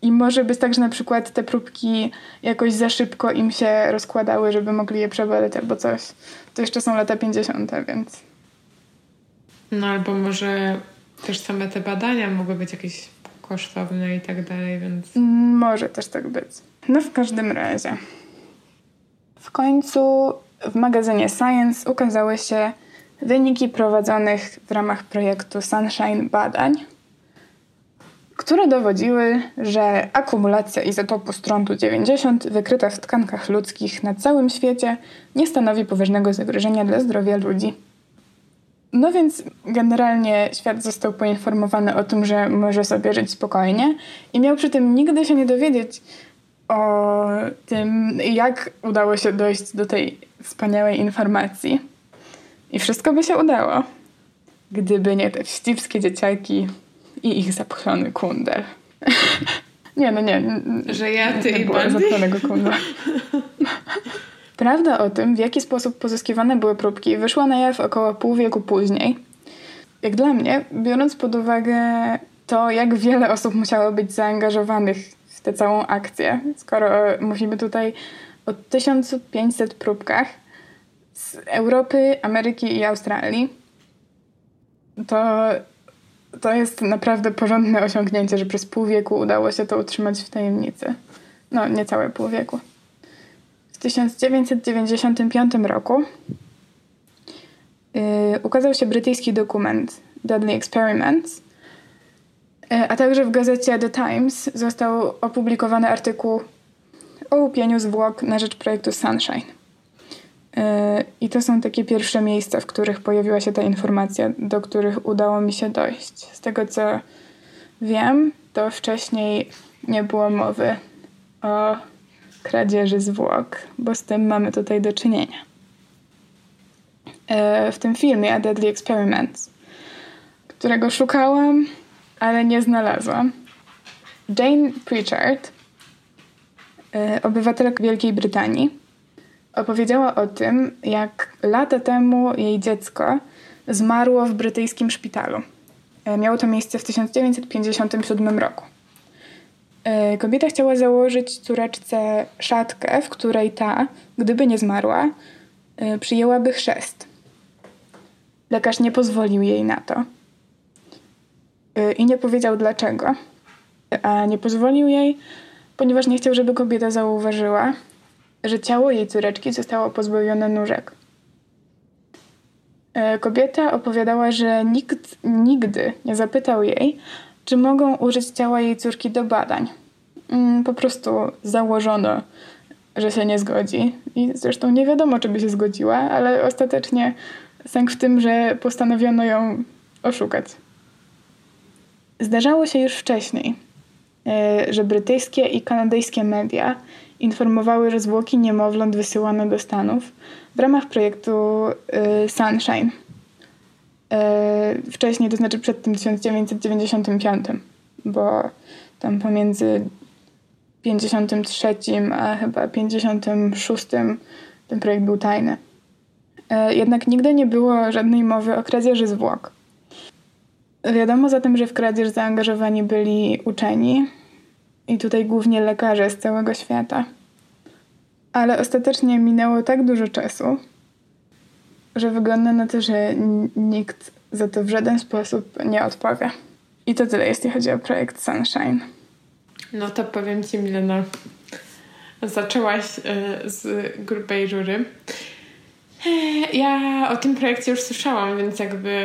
I może być tak, że na przykład te próbki jakoś za szybko im się rozkładały, żeby mogli je przebadać albo coś. To jeszcze są lata 50., więc... No albo może też same te badania mogły być jakieś kosztowne i tak dalej, więc... Może też tak być. No w każdym razie. W końcu w magazynie Science ukazały się wyniki prowadzonych w ramach projektu Sunshine badań, które dowodziły, że akumulacja izotopu strontu 90 wykryta w tkankach ludzkich na całym świecie nie stanowi poważnego zagrożenia dla zdrowia ludzi. No więc generalnie świat został poinformowany o tym, że może sobie żyć spokojnie i miał przy tym nigdy się nie dowiedzieć o tym, jak udało się dojść do tej wspaniałej informacji. I wszystko by się udało, gdyby nie te wścibskie dzieciaki i ich zapchany kundel. Nie. Że ja, ty nie i było Bandy? zapchanego kundla. Prawda o tym, w jaki sposób pozyskiwane były próbki, wyszła na jaw około pół wieku później. Jak dla mnie, biorąc pod uwagę to, jak wiele osób musiało być zaangażowanych w tę całą akcję, skoro mówimy tutaj o 1500 próbkach z Europy, Ameryki i Australii, to jest naprawdę porządne osiągnięcie, że przez pół wieku udało się to utrzymać w tajemnicy. No, niecałe pół wieku. W 1995 roku ukazał się brytyjski dokument Deadly Experiments, a także w gazecie The Times został opublikowany artykuł o łupieniu zwłok na rzecz projektu Sunshine. I to są takie pierwsze miejsca, w których pojawiła się ta informacja, do których udało mi się dojść. Z tego, co wiem, to wcześniej nie było mowy o kradzieży zwłok, bo z tym mamy tutaj do czynienia. W tym filmie Deadly Experiments, którego szukałam, ale nie znalazłam, Jane Pritchard, obywatelka Wielkiej Brytanii, opowiedziała o tym, jak lata temu jej dziecko zmarło w brytyjskim szpitalu. Miało to miejsce w 1957 roku. Kobieta chciała założyć córeczce szatkę, w której ta, gdyby nie zmarła, przyjęłaby chrzest. Lekarz nie pozwolił jej na to. I nie powiedział dlaczego. A nie pozwolił jej, ponieważ nie chciał, żeby kobieta zauważyła, że ciało jej córeczki zostało pozbawione nóżek. Kobieta opowiadała, że nikt nigdy nie zapytał jej, czy mogą użyć ciała jej córki do badań. Po prostu założono, że się nie zgodzi. I zresztą nie wiadomo, czy by się zgodziła, ale ostatecznie sęk w tym, że postanowiono ją oszukać. Zdarzało się już wcześniej, że brytyjskie i kanadyjskie media informowały, że zwłoki niemowląt wysyłane do Stanów w ramach projektu Sunshine. Wcześniej, to znaczy przed tym 1995, bo tam pomiędzy 53 a chyba 56 ten projekt był tajny. Jednak nigdy nie było żadnej mowy o kradzieży zwłok. Wiadomo zatem, że w kradzież zaangażowani byli uczeni i tutaj głównie lekarze z całego świata. Ale ostatecznie minęło tak dużo czasu, że wygląda na to, że nikt za to w żaden sposób nie odpowie. I to tyle, jeśli chodzi o projekt Sunshine. No to powiem ci, Milena, zaczęłaś z grubej rury. Ja o tym projekcie już słyszałam, więc jakby...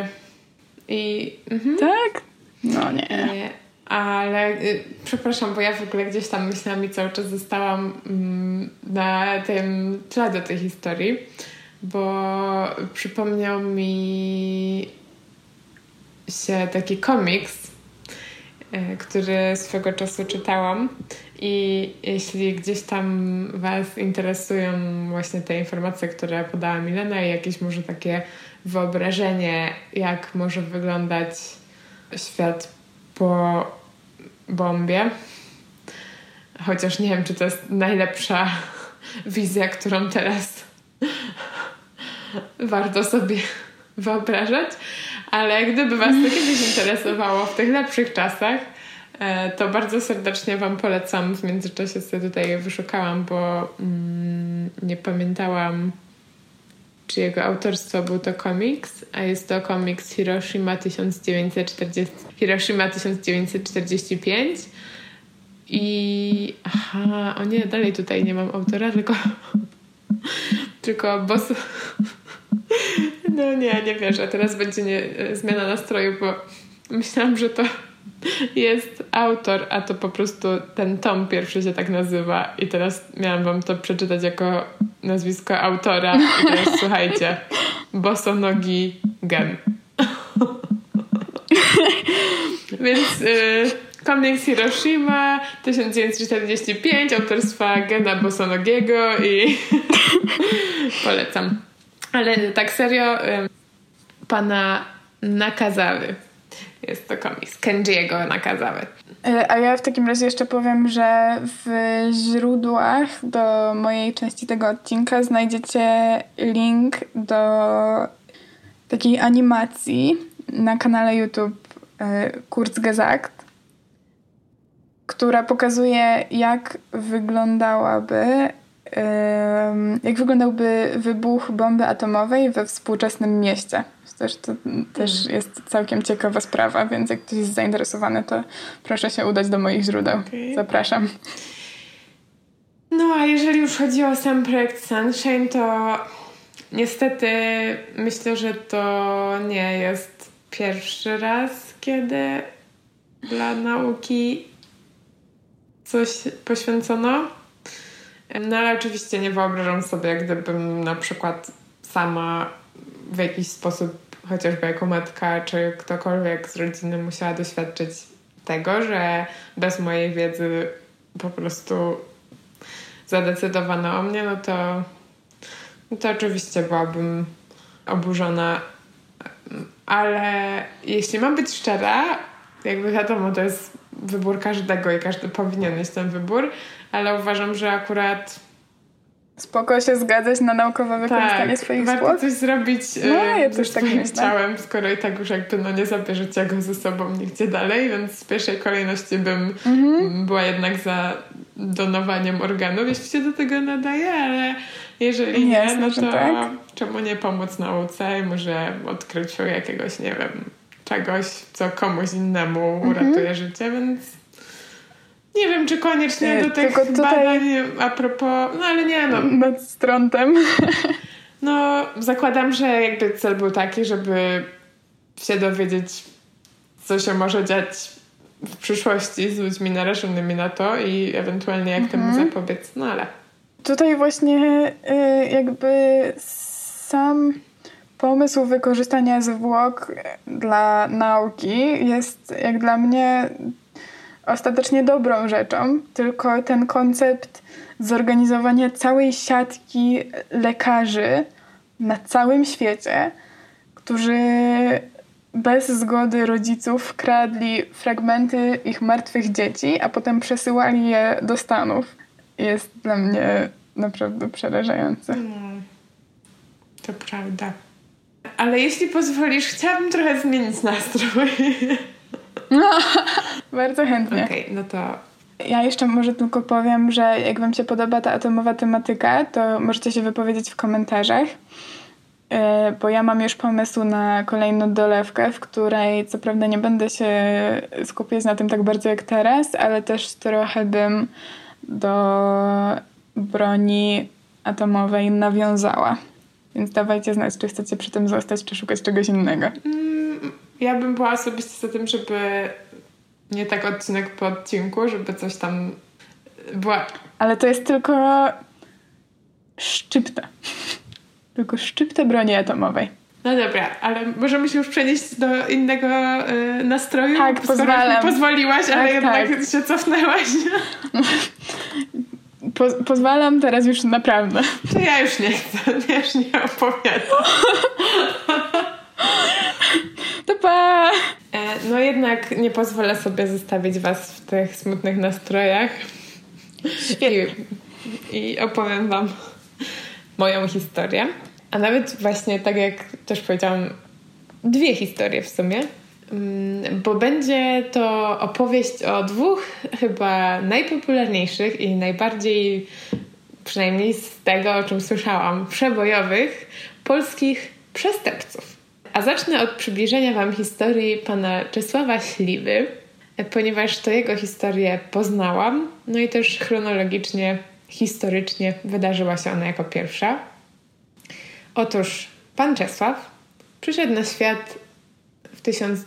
Tak? No nie. Ale przepraszam, bo ja w ogóle gdzieś tam myślami cały czas zostałam na tym tle do tej historii, bo przypomniał mi się taki komiks, który swego czasu czytałam, i jeśli gdzieś tam was interesują właśnie te informacje, które podała Milena, i jakieś może takie wyobrażenie, jak może wyglądać świat po bombie, chociaż nie wiem, czy to jest najlepsza wizja, którą teraz warto sobie wyobrażać, ale gdyby was to kiedyś interesowało w tych lepszych czasach, to bardzo serdecznie wam polecam. W międzyczasie sobie tutaj wyszukałam, bo nie pamiętałam, czy jego autorstwo był to komiks, a jest to komiks Hiroshima 1945 i o nie, dalej tutaj nie mam autora, tylko boss. No nie wierzę, teraz będzie zmiana nastroju, bo myślałam, że to jest autor, a to po prostu ten tom pierwszy się tak nazywa i teraz miałam wam to przeczytać jako nazwisko autora i teraz słuchajcie, Bosonogi Gen. Więc komiks Hiroshima 1945 autorstwa Gena Bosonogiego i polecam. Ale tak serio, pana Nakazawy. Jest to komiks Kenjiego Nakazawy. A ja w takim razie jeszcze powiem, że w źródłach do mojej części tego odcinka znajdziecie link do takiej animacji na kanale YouTube Kurzgesagt, która pokazuje, jak wyglądałby wybuch bomby atomowej we współczesnym mieście. To też jest całkiem ciekawa sprawa, więc jak ktoś jest zainteresowany, to proszę się udać do moich źródeł. Okay. Zapraszam. No a jeżeli już chodzi o sam projekt Sunshine, to niestety myślę, że to nie jest pierwszy raz, kiedy dla nauki coś poświęcono. No ale oczywiście nie wyobrażam sobie, gdybym na przykład sama w jakiś sposób, chociażby jako matka, czy ktokolwiek z rodziny musiała doświadczyć tego, że bez mojej wiedzy po prostu zadecydowano o mnie, no to oczywiście byłabym oburzona. Ale jeśli mam być szczera, jakby wiadomo, to jest wybór każdego i każdy powinien mieć ten wybór, ale uważam, że akurat spoko się zgadzać na naukowe wykorzystanie swoich zwłok. warto coś zrobić ja ze swoim ciałem, skoro i tak już jakby nie zabierzecie go ze sobą nigdzie dalej, więc w pierwszej kolejności bym była jednak za donowaniem organów, jeśli się do tego nadaje, ale jeżeli nie, no to tak. Czemu nie pomóc nauce i może odkryć jakiegoś, nie wiem, czegoś, co komuś innemu uratuje życie, więc nie wiem, czy koniecznie do tych badań a propos, no ale nie no. Nad strątem. No, zakładam, że jakby cel był taki, żeby się dowiedzieć, co się może dziać w przyszłości z ludźmi narażonymi na to i ewentualnie jak temu zapobiec, no ale. Tutaj właśnie jakby sam pomysł wykorzystania zwłok dla nauki jest jak dla mnie ostatecznie dobrą rzeczą, tylko ten koncept zorganizowania całej siatki lekarzy na całym świecie, którzy bez zgody rodziców kradli fragmenty ich martwych dzieci, a potem przesyłali je do Stanów, jest dla mnie naprawdę przerażające. To prawda. Ale jeśli pozwolisz, chciałabym trochę zmienić nastrój. No, bardzo chętnie. Okej, no to ja jeszcze może tylko powiem, że jak wam się podoba ta atomowa tematyka, to możecie się wypowiedzieć w komentarzach, bo ja mam już pomysł na kolejną dolewkę, w której co prawda nie będę się skupiać na tym tak bardzo jak teraz, ale też trochę bym do broni atomowej nawiązała. Więc dawajcie znać, czy chcecie przy tym zostać, czy szukać czegoś innego. Ja bym była osobiście za tym, żeby nie tak odcinek po odcinku, żeby coś tam była. Ale to jest tylko szczypta. Tylko szczypta broni atomowej. No dobra, ale możemy się już przenieść do innego nastroju? Tak, pozwalam. Pozwoliłaś, ale jednak się cofnęłaś. Pozwalam teraz już naprawdę. To ja już nie chcę, ja już nie opowiadam. To pa! No jednak nie pozwolę sobie zostawić was w tych smutnych nastrojach. Świetnie. I opowiem wam moją historię. A nawet właśnie tak jak też powiedziałam, 2 historie w sumie. bo będzie to opowieść o dwóch chyba najpopularniejszych i najbardziej, przynajmniej z tego, o czym słyszałam, przebojowych polskich przestępców. A zacznę od przybliżenia Wam historii pana Czesława Śliwy, ponieważ to jego historię poznałam, no i też chronologicznie, historycznie wydarzyła się ona jako pierwsza. Otóż pan Czesław przyszedł na świat w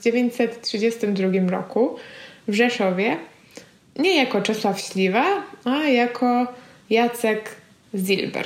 1932 roku w Rzeszowie nie jako Czesław Śliwa, a jako Jacek Zilber.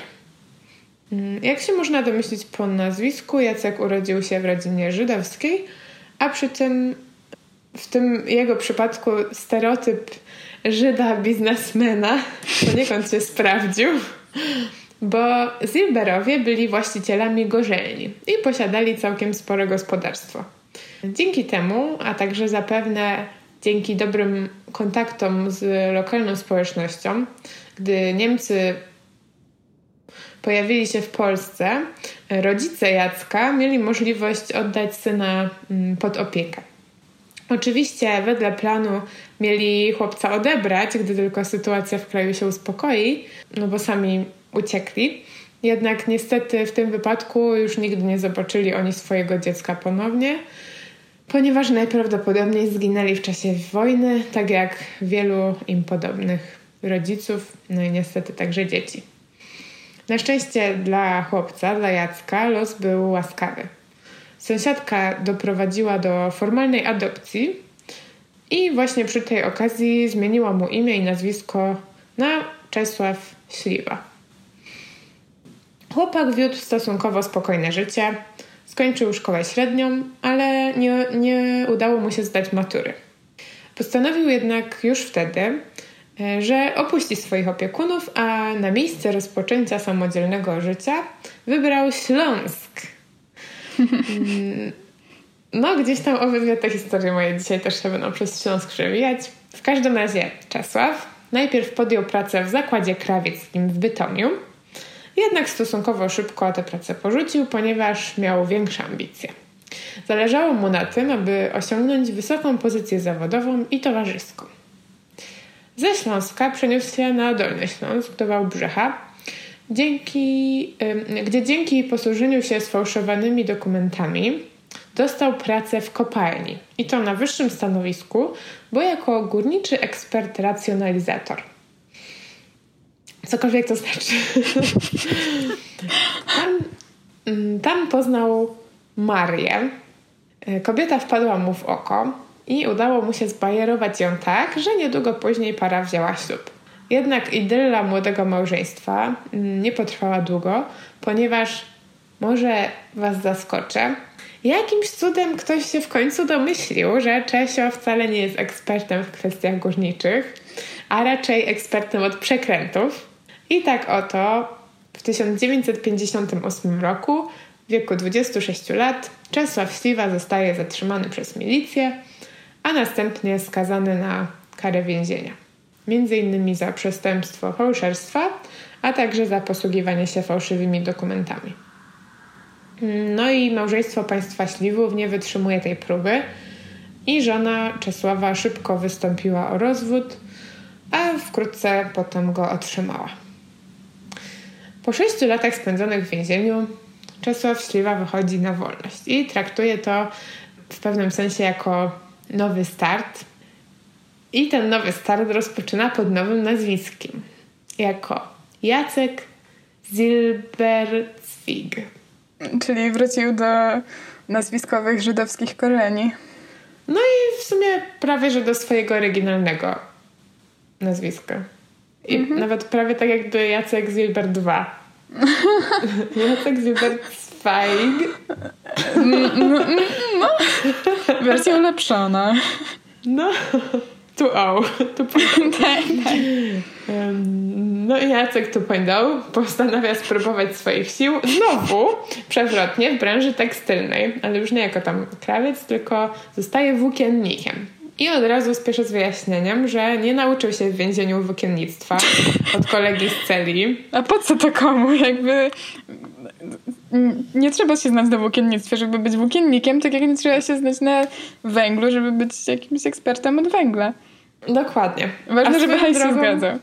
Jak się można domyślić po nazwisku, Jacek urodził się w rodzinie żydowskiej, a przy tym w tym jego przypadku stereotyp Żyda biznesmena poniekąd się sprawdził, bo Zilberowie byli właścicielami gorzelni i posiadali całkiem spore gospodarstwo. Dzięki temu, a także zapewne dzięki dobrym kontaktom z lokalną społecznością, gdy Niemcy pojawili się w Polsce, rodzice Jacka mieli możliwość oddać syna pod opiekę. Oczywiście wedle planu mieli chłopca odebrać, gdy tylko sytuacja w kraju się uspokoi, no bo sami uciekli. Jednak niestety w tym wypadku już nigdy nie zobaczyli oni swojego dziecka ponownie, ponieważ najprawdopodobniej zginęli w czasie wojny, tak jak wielu im podobnych rodziców, no i niestety także dzieci. Na szczęście dla chłopca, dla Jacka, los był łaskawy. Sąsiadka doprowadziła do formalnej adopcji i właśnie przy tej okazji zmieniła mu imię i nazwisko na Czesław Śliwa. Chłopak wiódł stosunkowo spokojne życie, skończył szkołę średnią, ale nie udało mu się zdać matury. Postanowił jednak już wtedy, że opuści swoich opiekunów, a na miejsce rozpoczęcia samodzielnego życia wybrał Śląsk. No, gdzieś tam obydwie te historie moje dzisiaj też się będą przez Śląsk przewijać. W każdym razie Czesław najpierw podjął pracę w zakładzie krawieckim w Bytomiu, jednak stosunkowo szybko tę pracę porzucił, ponieważ miał większe ambicje. Zależało mu na tym, aby osiągnąć wysoką pozycję zawodową i towarzyską. Ze Śląska przeniósł się na Dolny Śląsk, do Wałbrzycha, gdzie dzięki posłużeniu się sfałszowanymi dokumentami dostał pracę w kopalni. I to na wyższym stanowisku, bo jako górniczy ekspert racjonalizator. Cokolwiek to znaczy. Tam poznał Marię. Kobieta wpadła mu w oko i udało mu się zbajerować ją tak, że niedługo później para wzięła ślub. Jednak idylla młodego małżeństwa nie potrwała długo, ponieważ, może was zaskoczę, jakimś cudem ktoś się w końcu domyślił, że Czesio wcale nie jest ekspertem w kwestiach górniczych, a raczej ekspertem od przekrętów. I tak oto w 1958 roku, w wieku 26 lat, Czesław Śliwa zostaje zatrzymany przez milicję, a następnie skazany na karę więzienia. Między innymi za przestępstwo fałszerstwa, a także za posługiwanie się fałszywymi dokumentami. No i małżeństwo państwa Śliwów nie wytrzymuje tej próby i żona Czesława szybko wystąpiła o rozwód, a wkrótce potem go otrzymała. Po 6 latach spędzonych w więzieniu Czesław Śliwa wychodzi na wolność i traktuje to w pewnym sensie jako nowy start. I ten nowy start rozpoczyna pod nowym nazwiskiem. Jako Jacek Zilber-Zwig. Czyli wrócił do nazwiskowych żydowskich korzeni. No i w sumie prawie, że do swojego oryginalnego nazwiska. I nawet prawie tak jakby Jacek Zilber 2. Jacek Zilber-Zweig. No. Wersja ulepszona. No. 2.0. Tak. No i Jacek 2.0 postanawia spróbować swoich sił znowu przewrotnie w branży tekstylnej, ale już nie jako tam krawiec, tylko zostaje włókiennikiem. I od razu spieszę z wyjaśnieniem, że nie nauczył się w więzieniu włókiennictwa od kolegi z celi. A po co to komu? Jakby Nie trzeba się znać na włókiennictwie, żeby być włókiennikiem, tak jak nie trzeba się znać na węglu, żeby być jakimś ekspertem od węgla. Dokładnie. Ważne, żeby hajs się zgadzał.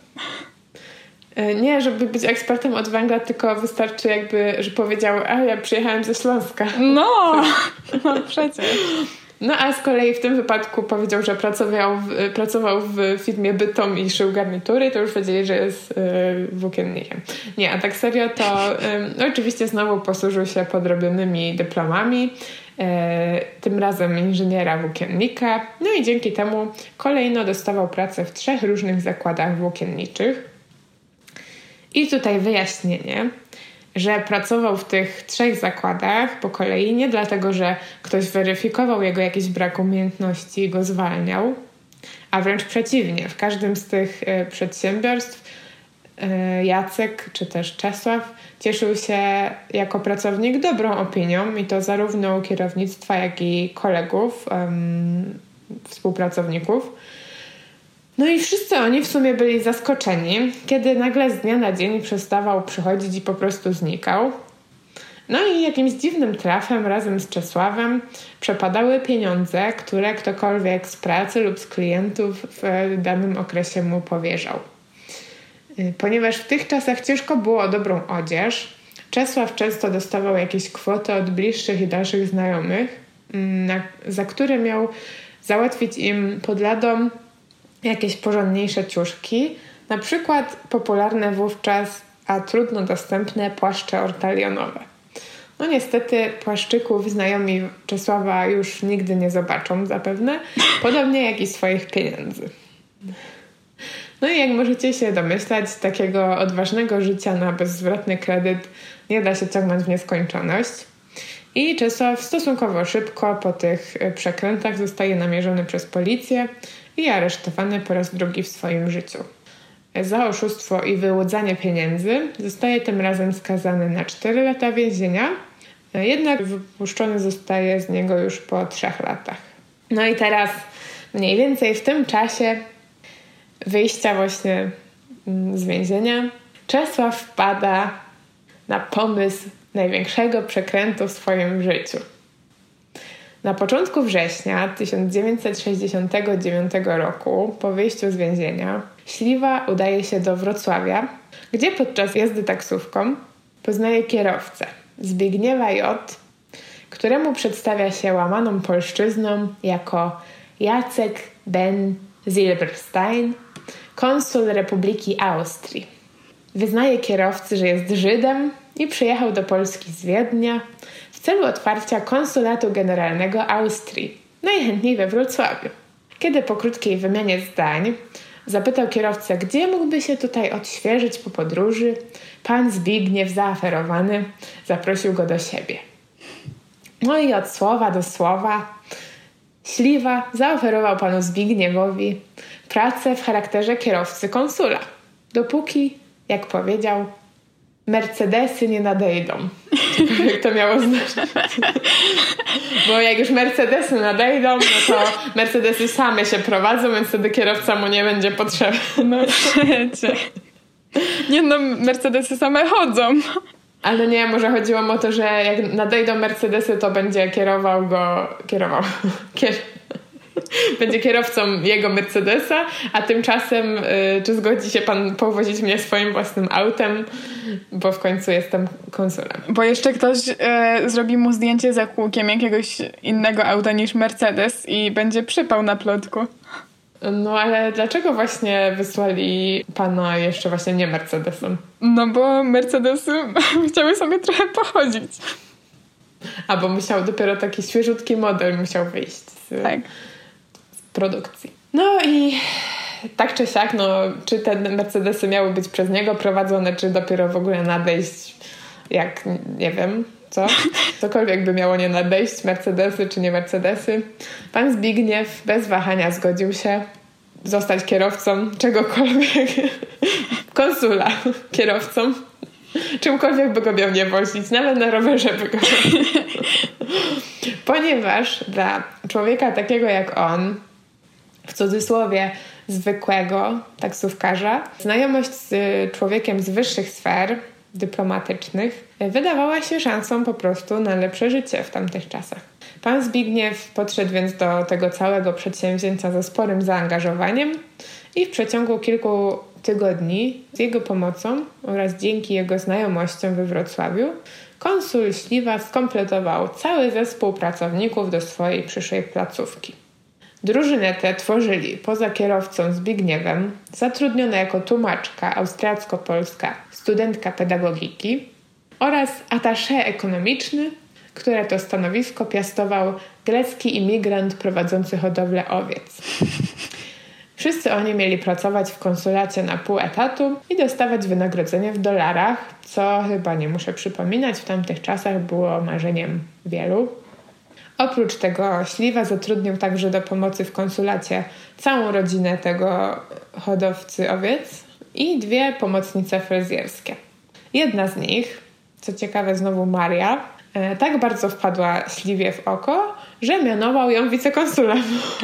Nie, żeby być ekspertem od węgla, tylko wystarczy jakby, że powiedział, a ja przyjechałem ze Śląska. No przecież. No a z kolei w tym wypadku powiedział, że pracował w firmie Bytom i szył garnitury, to już wiedzieli, że jest włókiennikiem. Nie, a tak serio to oczywiście znowu posłużył się podrobionymi dyplomami, tym razem inżyniera włókiennika, no i dzięki temu kolejno dostawał pracę w 3 różnych zakładach włókienniczych. I tutaj wyjaśnienie, że pracował w tych 3 zakładach po kolei nie dlatego, że ktoś weryfikował jego jakiś brak umiejętności i go zwalniał, a wręcz przeciwnie. W każdym z tych przedsiębiorstw Jacek czy też Czesław cieszył się jako pracownik dobrą opinią i to zarówno u kierownictwa, jak i kolegów, współpracowników. No i wszyscy oni w sumie byli zaskoczeni, kiedy nagle z dnia na dzień przestawał przychodzić i po prostu znikał. No i jakimś dziwnym trafem razem z Czesławem przepadały pieniądze, które ktokolwiek z pracy lub z klientów w danym okresie mu powierzał. Ponieważ w tych czasach ciężko było o dobrą odzież, Czesław często dostawał jakieś kwoty od bliższych i dalszych znajomych, za które miał załatwić im pod ladą jakieś porządniejsze ciuszki, na przykład popularne wówczas, a trudno dostępne płaszcze ortalionowe. No niestety płaszczyków znajomi Czesława już nigdy nie zobaczą zapewne, podobnie jak i swoich pieniędzy. No i jak możecie się domyślać, takiego odważnego życia na bezzwrotny kredyt nie da się ciągnąć w nieskończoność. I Czesław stosunkowo szybko po tych przekrętach zostaje namierzony przez policję i aresztowany po raz drugi w swoim życiu. Za oszustwo i wyłudzanie pieniędzy zostaje tym razem skazany na 4 lata więzienia, jednak wypuszczony zostaje z niego już po 3 latach. No i teraz mniej więcej w tym czasie wyjścia właśnie z więzienia Czesław wpada na pomysł największego przekrętu w swoim życiu. Na początku września 1969 roku, po wyjściu z więzienia, Śliwa udaje się do Wrocławia, gdzie podczas jazdy taksówką poznaje kierowcę, Zbigniewa J., któremu przedstawia się łamaną polszczyzną jako Jacek Ben Silberstein, konsul Republiki Austrii. Wyznaje kierowcy, że jest Żydem i przyjechał do Polski z Wiednia w celu otwarcia konsulatu generalnego Austrii, najchętniej we Wrocławiu. Kiedy po krótkiej wymianie zdań zapytał kierowcę, gdzie mógłby się tutaj odświeżyć po podróży, pan Zbigniew zaaferowany zaprosił go do siebie. No i od słowa do słowa Śliwa zaoferował panu Zbigniewowi pracę w charakterze kierowcy konsula, dopóki, jak powiedział, Mercedesy nie nadejdą. Jak to miało znaczyć? Bo jak już Mercedesy nadejdą, no to Mercedesy same się prowadzą, więc wtedy kierowca mu nie będzie potrzebny. No wiecie. Nie no, Mercedesy same chodzą. Ale nie, może chodziło o to, że jak nadejdą Mercedesy, to będzie będzie kierowcą jego Mercedesa, a tymczasem czy zgodzi się pan powozić mnie swoim własnym autem, bo w końcu jestem konsulem. Bo jeszcze ktoś zrobi mu zdjęcie za kółkiem jakiegoś innego auta niż Mercedes i będzie przypał na plotku. No ale dlaczego właśnie wysłali pana jeszcze właśnie nie Mercedesem? No bo Mercedesy chciały sobie trochę pochodzić. A bo musiał dopiero taki świeżutki model musiał wyjść z produkcji. No i tak czy siak, no, czy te Mercedesy miały być przez niego prowadzone, czy dopiero w ogóle nadejść, jak nie wiem co, cokolwiek by miało nie nadejść, Mercedesy czy nie Mercedesy. Pan Zbigniew bez wahania zgodził się zostać kierowcą czegokolwiek, konsula kierowcą, czymkolwiek by go miał nie wozić, nawet na rowerze by go ponieważ dla człowieka takiego jak on, w cudzysłowie zwykłego taksówkarza, znajomość z człowiekiem z wyższych sfer dyplomatycznych wydawała się szansą po prostu na lepsze życie w tamtych czasach. Pan Zbigniew podszedł więc do tego całego przedsięwzięcia ze sporym zaangażowaniem i w przeciągu kilku tygodni z jego pomocą oraz dzięki jego znajomościom we Wrocławiu konsul Śliwa skompletował cały zespół pracowników do swojej przyszłej placówki. Drużynę tę tworzyli poza kierowcą Zbigniewem zatrudniona jako tłumaczka austriacko-polska studentka pedagogiki oraz attaché ekonomiczny, które to stanowisko piastował grecki imigrant prowadzący hodowlę owiec. Wszyscy oni mieli pracować w konsulacie na pół etatu i dostawać wynagrodzenie w dolarach, co chyba nie muszę przypominać, w tamtych czasach było marzeniem wielu. Oprócz tego Śliwa zatrudnił także do pomocy w konsulacie całą rodzinę tego hodowcy owiec i 2 pomocnice fryzjerskie. Jedna z nich, co ciekawe znowu Maria, tak bardzo wpadła Śliwie w oko, że mianował ją wicekonsulem.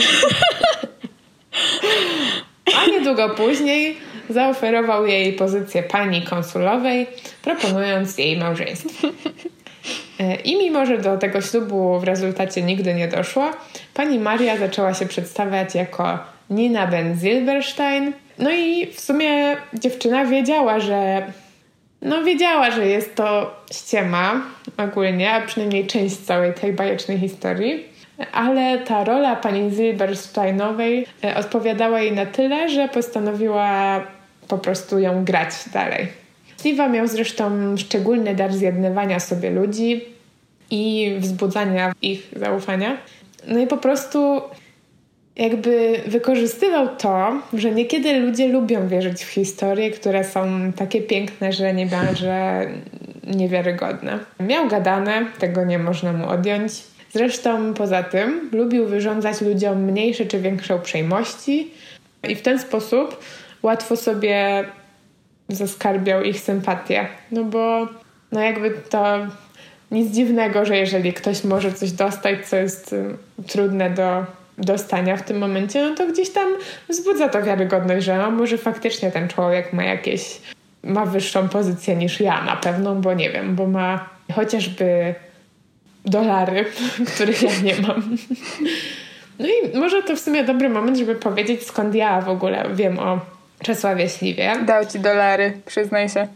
A niedługo później zaoferował jej pozycję pani konsulowej, proponując jej małżeństwo. I mimo, że do tego ślubu w rezultacie nigdy nie doszło, pani Maria zaczęła się przedstawiać jako Nina Ben Silberstein. No i w sumie dziewczyna wiedziała, że jest to ściema ogólnie, a przynajmniej część całej tej bajecznej historii. Ale ta rola pani Silbersteinowej odpowiadała jej na tyle, że postanowiła po prostu ją grać dalej. Śliwa miał zresztą szczególny dar zjednywania sobie ludzi i wzbudzania ich zaufania. No i po prostu jakby wykorzystywał to, że niekiedy ludzie lubią wierzyć w historie, które są takie piękne, że niemalże niewiarygodne. Miał gadane, tego nie można mu odjąć. Zresztą poza tym lubił wyrządzać ludziom mniejsze czy większe uprzejmości i w ten sposób łatwo sobie zaskarbiał ich sympatię. No bo jakby to nic dziwnego, że jeżeli ktoś może coś dostać, co jest trudne do dostania w tym momencie, no to gdzieś tam wzbudza to wiarygodność, że może faktycznie ten człowiek ma wyższą pozycję niż ja na pewno, bo nie wiem, bo ma chociażby dolary, których ja nie mam. No i może to w sumie dobry moment, żeby powiedzieć, skąd ja w ogóle wiem o Czesławie Śliwie. Dał ci dolary, przyznaj się.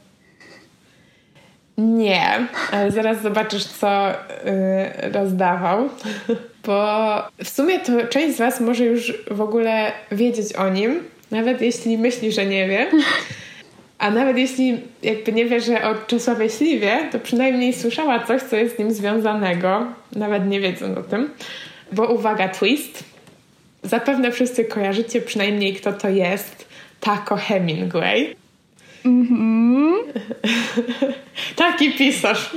Nie, ale zaraz zobaczysz, co rozdawał. Bo w sumie to część z was może już w ogóle wiedzieć o nim, nawet jeśli myśli, że nie wie. A nawet jeśli jakby nie wie, że o Czesławie Śliwie, to przynajmniej słyszała coś, co jest z nim związanego, nawet nie wiedząc o tym. Bo uwaga, twist. Zapewne wszyscy kojarzycie przynajmniej, kto to jest Taco Hemingway. Mhm. Taki pisarz.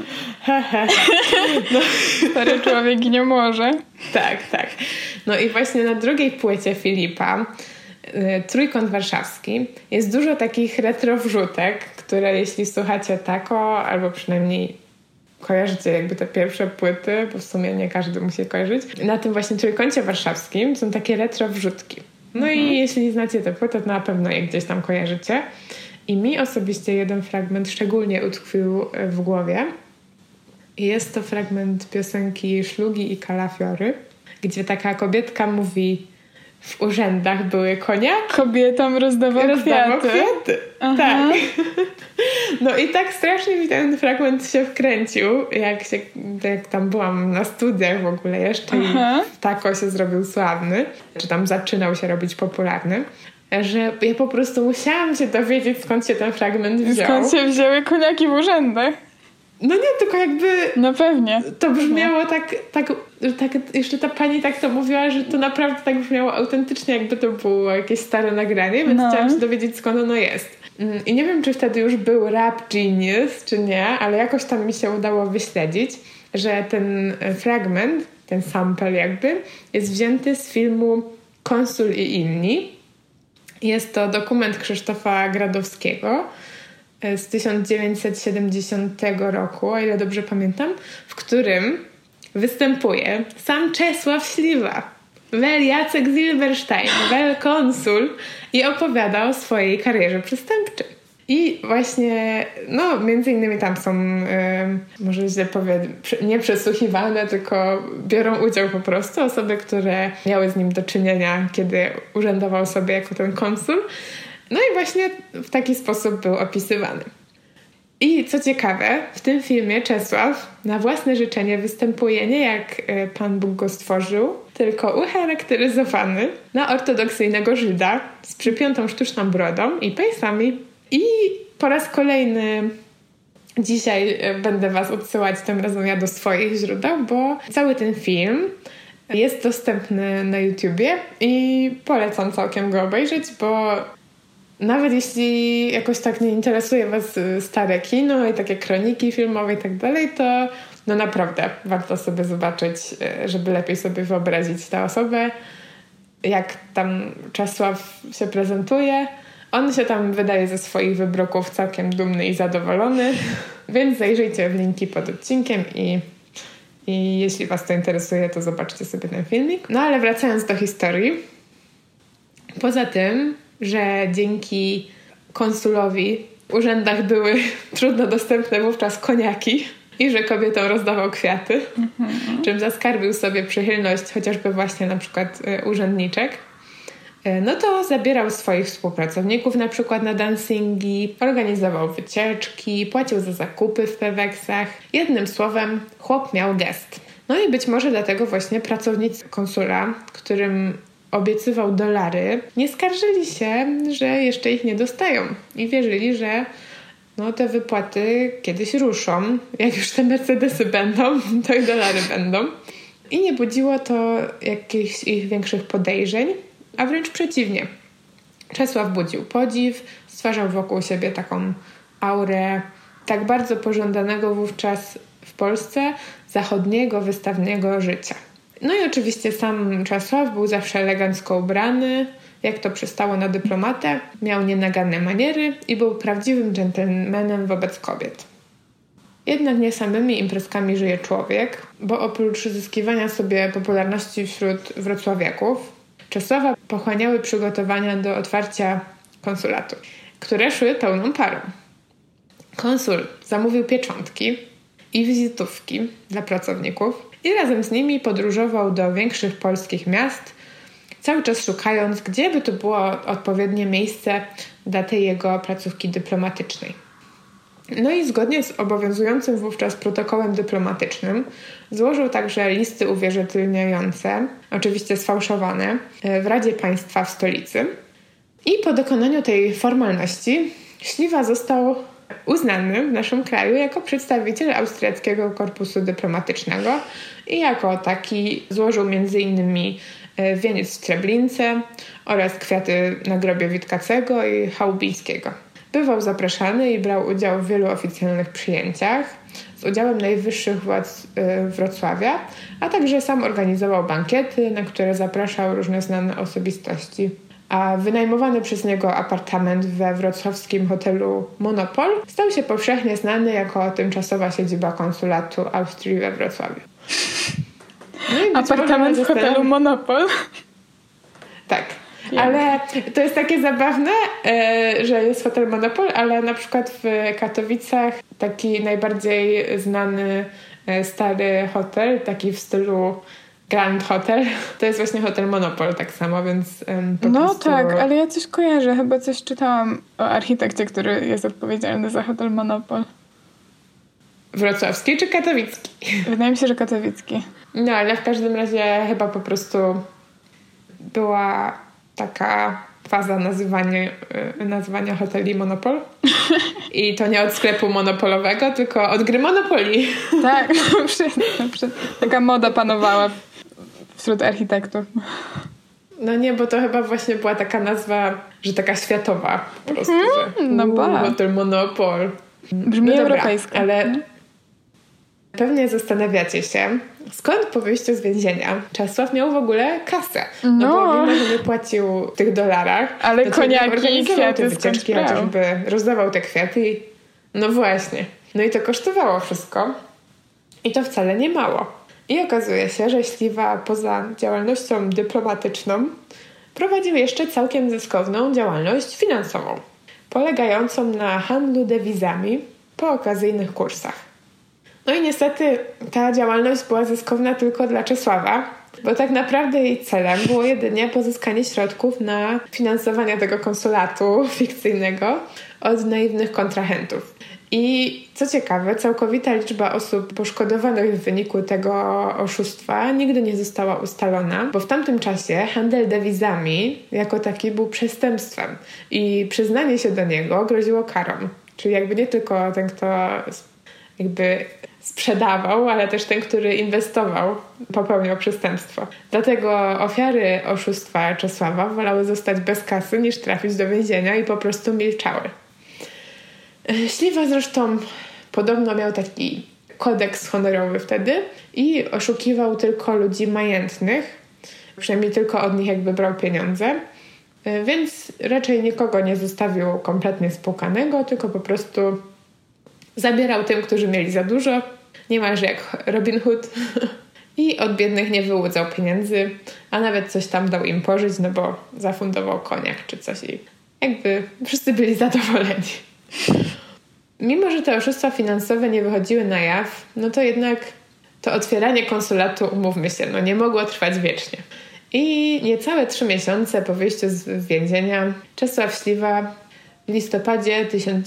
No. Stary człowiek nie może. Tak. No i właśnie na drugiej płycie Filipa, Trójkąt Warszawski, jest dużo takich retrowrzutek, które jeśli słuchacie Taco, albo przynajmniej kojarzycie jakby te pierwsze płyty, bo w sumie nie każdy musi kojarzyć. Na tym właśnie Trójkącie Warszawskim są takie retrowrzutki. No i jeśli znacie te płyty, to na pewno je gdzieś tam kojarzycie. I mi osobiście jeden fragment szczególnie utkwił w głowie. Jest to fragment piosenki Szlugi i Kalafiory, gdzie taka kobietka mówi: w urzędach były koniaki. Kobietom rozdawał kwiaty. Tak. No i tak strasznie mi ten fragment się wkręcił, jak tam byłam na studiach w ogóle jeszcze i Taco się zrobił sławny, czy tam zaczynał się robić popularny, że ja po prostu musiałam się dowiedzieć, skąd się ten fragment wziął. Skąd się wzięły koniaki w urzędach? No nie, tylko jakby... No pewnie. To brzmiało tak, jeszcze ta pani tak to mówiła, że to naprawdę tak brzmiało autentycznie, jakby to było jakieś stare nagranie, więc chciałam się dowiedzieć, skąd ono jest. I nie wiem, czy wtedy już był Rap Genius, czy nie, ale jakoś tam mi się udało wyśledzić, że ten fragment, ten sample jakby, jest wzięty z filmu Konsul i inni. Jest to dokument Krzysztofa Gradowskiego z 1970 roku, o ile dobrze pamiętam, w którym występuje sam Czesław Śliwa, wel Jacek Silberstein, wel konsul, i opowiada o swojej karierze przestępczej. I właśnie, no między innymi tam są, może źle powiem, nie przesłuchiwane, tylko biorą udział po prostu osoby, które miały z nim do czynienia, kiedy urzędował sobie jako ten konsul. No i właśnie w taki sposób był opisywany. I co ciekawe, w tym filmie Czesław na własne życzenie występuje nie jak Pan Bóg go stworzył, tylko ucharakteryzowany na ortodoksyjnego Żyda z przypiętą sztuczną brodą i pejsami. I po raz kolejny dzisiaj będę Was odsyłać tym razem ja do swoich źródeł, bo cały ten film jest dostępny na YouTubie i polecam całkiem go obejrzeć, bo nawet jeśli jakoś tak nie interesuje Was stare kino i takie kroniki filmowe i tak dalej, to no naprawdę warto sobie zobaczyć, żeby lepiej sobie wyobrazić tę osobę, jak tam Czesław się prezentuje. On się tam wydaje ze swoich wybroków całkiem dumny i zadowolony, więc zajrzyjcie w linki pod odcinkiem i jeśli Was to interesuje, to zobaczcie sobie ten filmik. No ale wracając do historii, poza tym, że dzięki konsulowi w urzędach były trudno dostępne wówczas koniaki i że kobietom rozdawał kwiaty, czym zaskarbił sobie przychylność chociażby właśnie na przykład urzędniczek, no to zabierał swoich współpracowników na przykład na dancingi, organizował wycieczki, płacił za zakupy w Peweksach. Jednym słowem, chłop miał gest. No i być może dlatego właśnie pracownicy konsula, którym obiecywał dolary, nie skarżyli się, że jeszcze ich nie dostają i wierzyli, że no, te wypłaty kiedyś ruszą. Jak już te Mercedesy będą, to i dolary będą. I nie budziło to jakichś ich większych podejrzeń, a wręcz przeciwnie. Czesław budził podziw, stwarzał wokół siebie taką aurę tak bardzo pożądanego wówczas w Polsce zachodniego, wystawnego życia. No i oczywiście sam Czesław był zawsze elegancko ubrany, jak to przystało na dyplomatę, miał nienaganne maniery i był prawdziwym dżentelmenem wobec kobiet. Jednak nie samymi imprezkami żyje człowiek, bo oprócz zyskiwania sobie popularności wśród wrocławiaków, Czesława pochłaniały przygotowania do otwarcia konsulatu, które szły pełną parą. Konsul zamówił pieczątki i wizytówki dla pracowników i razem z nimi podróżował do większych polskich miast, cały czas szukając, gdzie by to było odpowiednie miejsce dla tej jego placówki dyplomatycznej. No i zgodnie z obowiązującym wówczas protokołem dyplomatycznym złożył także listy uwierzytelniające, oczywiście sfałszowane, w Radzie Państwa w stolicy. I po dokonaniu tej formalności Śliwa został uznany w naszym kraju jako przedstawiciel austriackiego korpusu dyplomatycznego i jako taki złożył m.in. wieniec w Treblince oraz kwiaty na grobie Witkacego i Chałubińskiego. Bywał zapraszany i brał udział w wielu oficjalnych przyjęciach z udziałem najwyższych władz Wrocławia, a także sam organizował bankiety, na które zapraszał różne znane osobistości. A wynajmowany przez niego apartament we wrocławskim hotelu Monopol stał się powszechnie znany jako tymczasowa siedziba konsulatu Austrii we Wrocławiu. No apartament w hotelu Monopol? Tak. Ale to jest takie zabawne, że jest hotel Monopol, ale na przykład w Katowicach taki najbardziej znany stary hotel, taki w stylu Grand Hotel, to jest właśnie hotel Monopol tak samo, więc no prostu... tak, ale ja coś kojarzę, chyba coś czytałam o architekcie, który jest odpowiedzialny za hotel Monopol. Wrocławski czy katowicki? Wydaje mi się, że katowicki. No, ale w każdym razie chyba po prostu była taka faza nazywania hoteli Monopol. I to nie od sklepu monopolowego, tylko od gry Monopoli. Tak, taka moda panowała wśród architektów. No nie, bo to chyba właśnie była taka nazwa, że taka światowa po prostu. Hotel Monopol. Brzmi europejsko. Ale pewnie zastanawiacie się, skąd po wyjściu z więzienia Czesław miał w ogóle kasę. No bo mimo, że nie płacił w tych dolarach, ale koniaki i kwiaty wycieczki, chociażby rozdawał te kwiaty. No właśnie. No i to kosztowało wszystko. I to wcale nie mało. I okazuje się, że Śliwa poza działalnością dyplomatyczną prowadził jeszcze całkiem zyskowną działalność finansową. polegającą na handlu dewizami po okazyjnych kursach. No i niestety ta działalność była zyskowna tylko dla Czesława, bo tak naprawdę jej celem było jedynie pozyskanie środków na finansowanie tego konsulatu fikcyjnego od naiwnych kontrahentów. I co ciekawe, całkowita liczba osób poszkodowanych w wyniku tego oszustwa nigdy nie została ustalona, bo w tamtym czasie handel dewizami jako taki był przestępstwem i przyznanie się do niego groziło karą. Czyli jakby nie tylko ten, kto jakby sprzedawał, ale też ten, który inwestował, popełniał przestępstwo. Dlatego ofiary oszustwa Czesława wolały zostać bez kasy niż trafić do więzienia i po prostu milczały. Śliwa zresztą podobno miał taki kodeks honorowy wtedy i oszukiwał tylko ludzi majętnych, przynajmniej tylko od nich jakby brał pieniądze, więc raczej nikogo nie zostawił kompletnie spłukanego, tylko po prostu zabierał tym, którzy mieli za dużo, niemalże jak Robin Hood i od biednych nie wyłudzał pieniędzy, a nawet coś tam dał im pożyć, no bo zafundował koniak czy coś i jakby wszyscy byli zadowoleni. Mimo że te oszustwa finansowe nie wychodziły na jaw, no to jednak to otwieranie konsulatu, umówmy się, no nie mogło trwać wiecznie. I niecałe 3 miesiące po wyjściu z więzienia Czesław Śliwa w listopadzie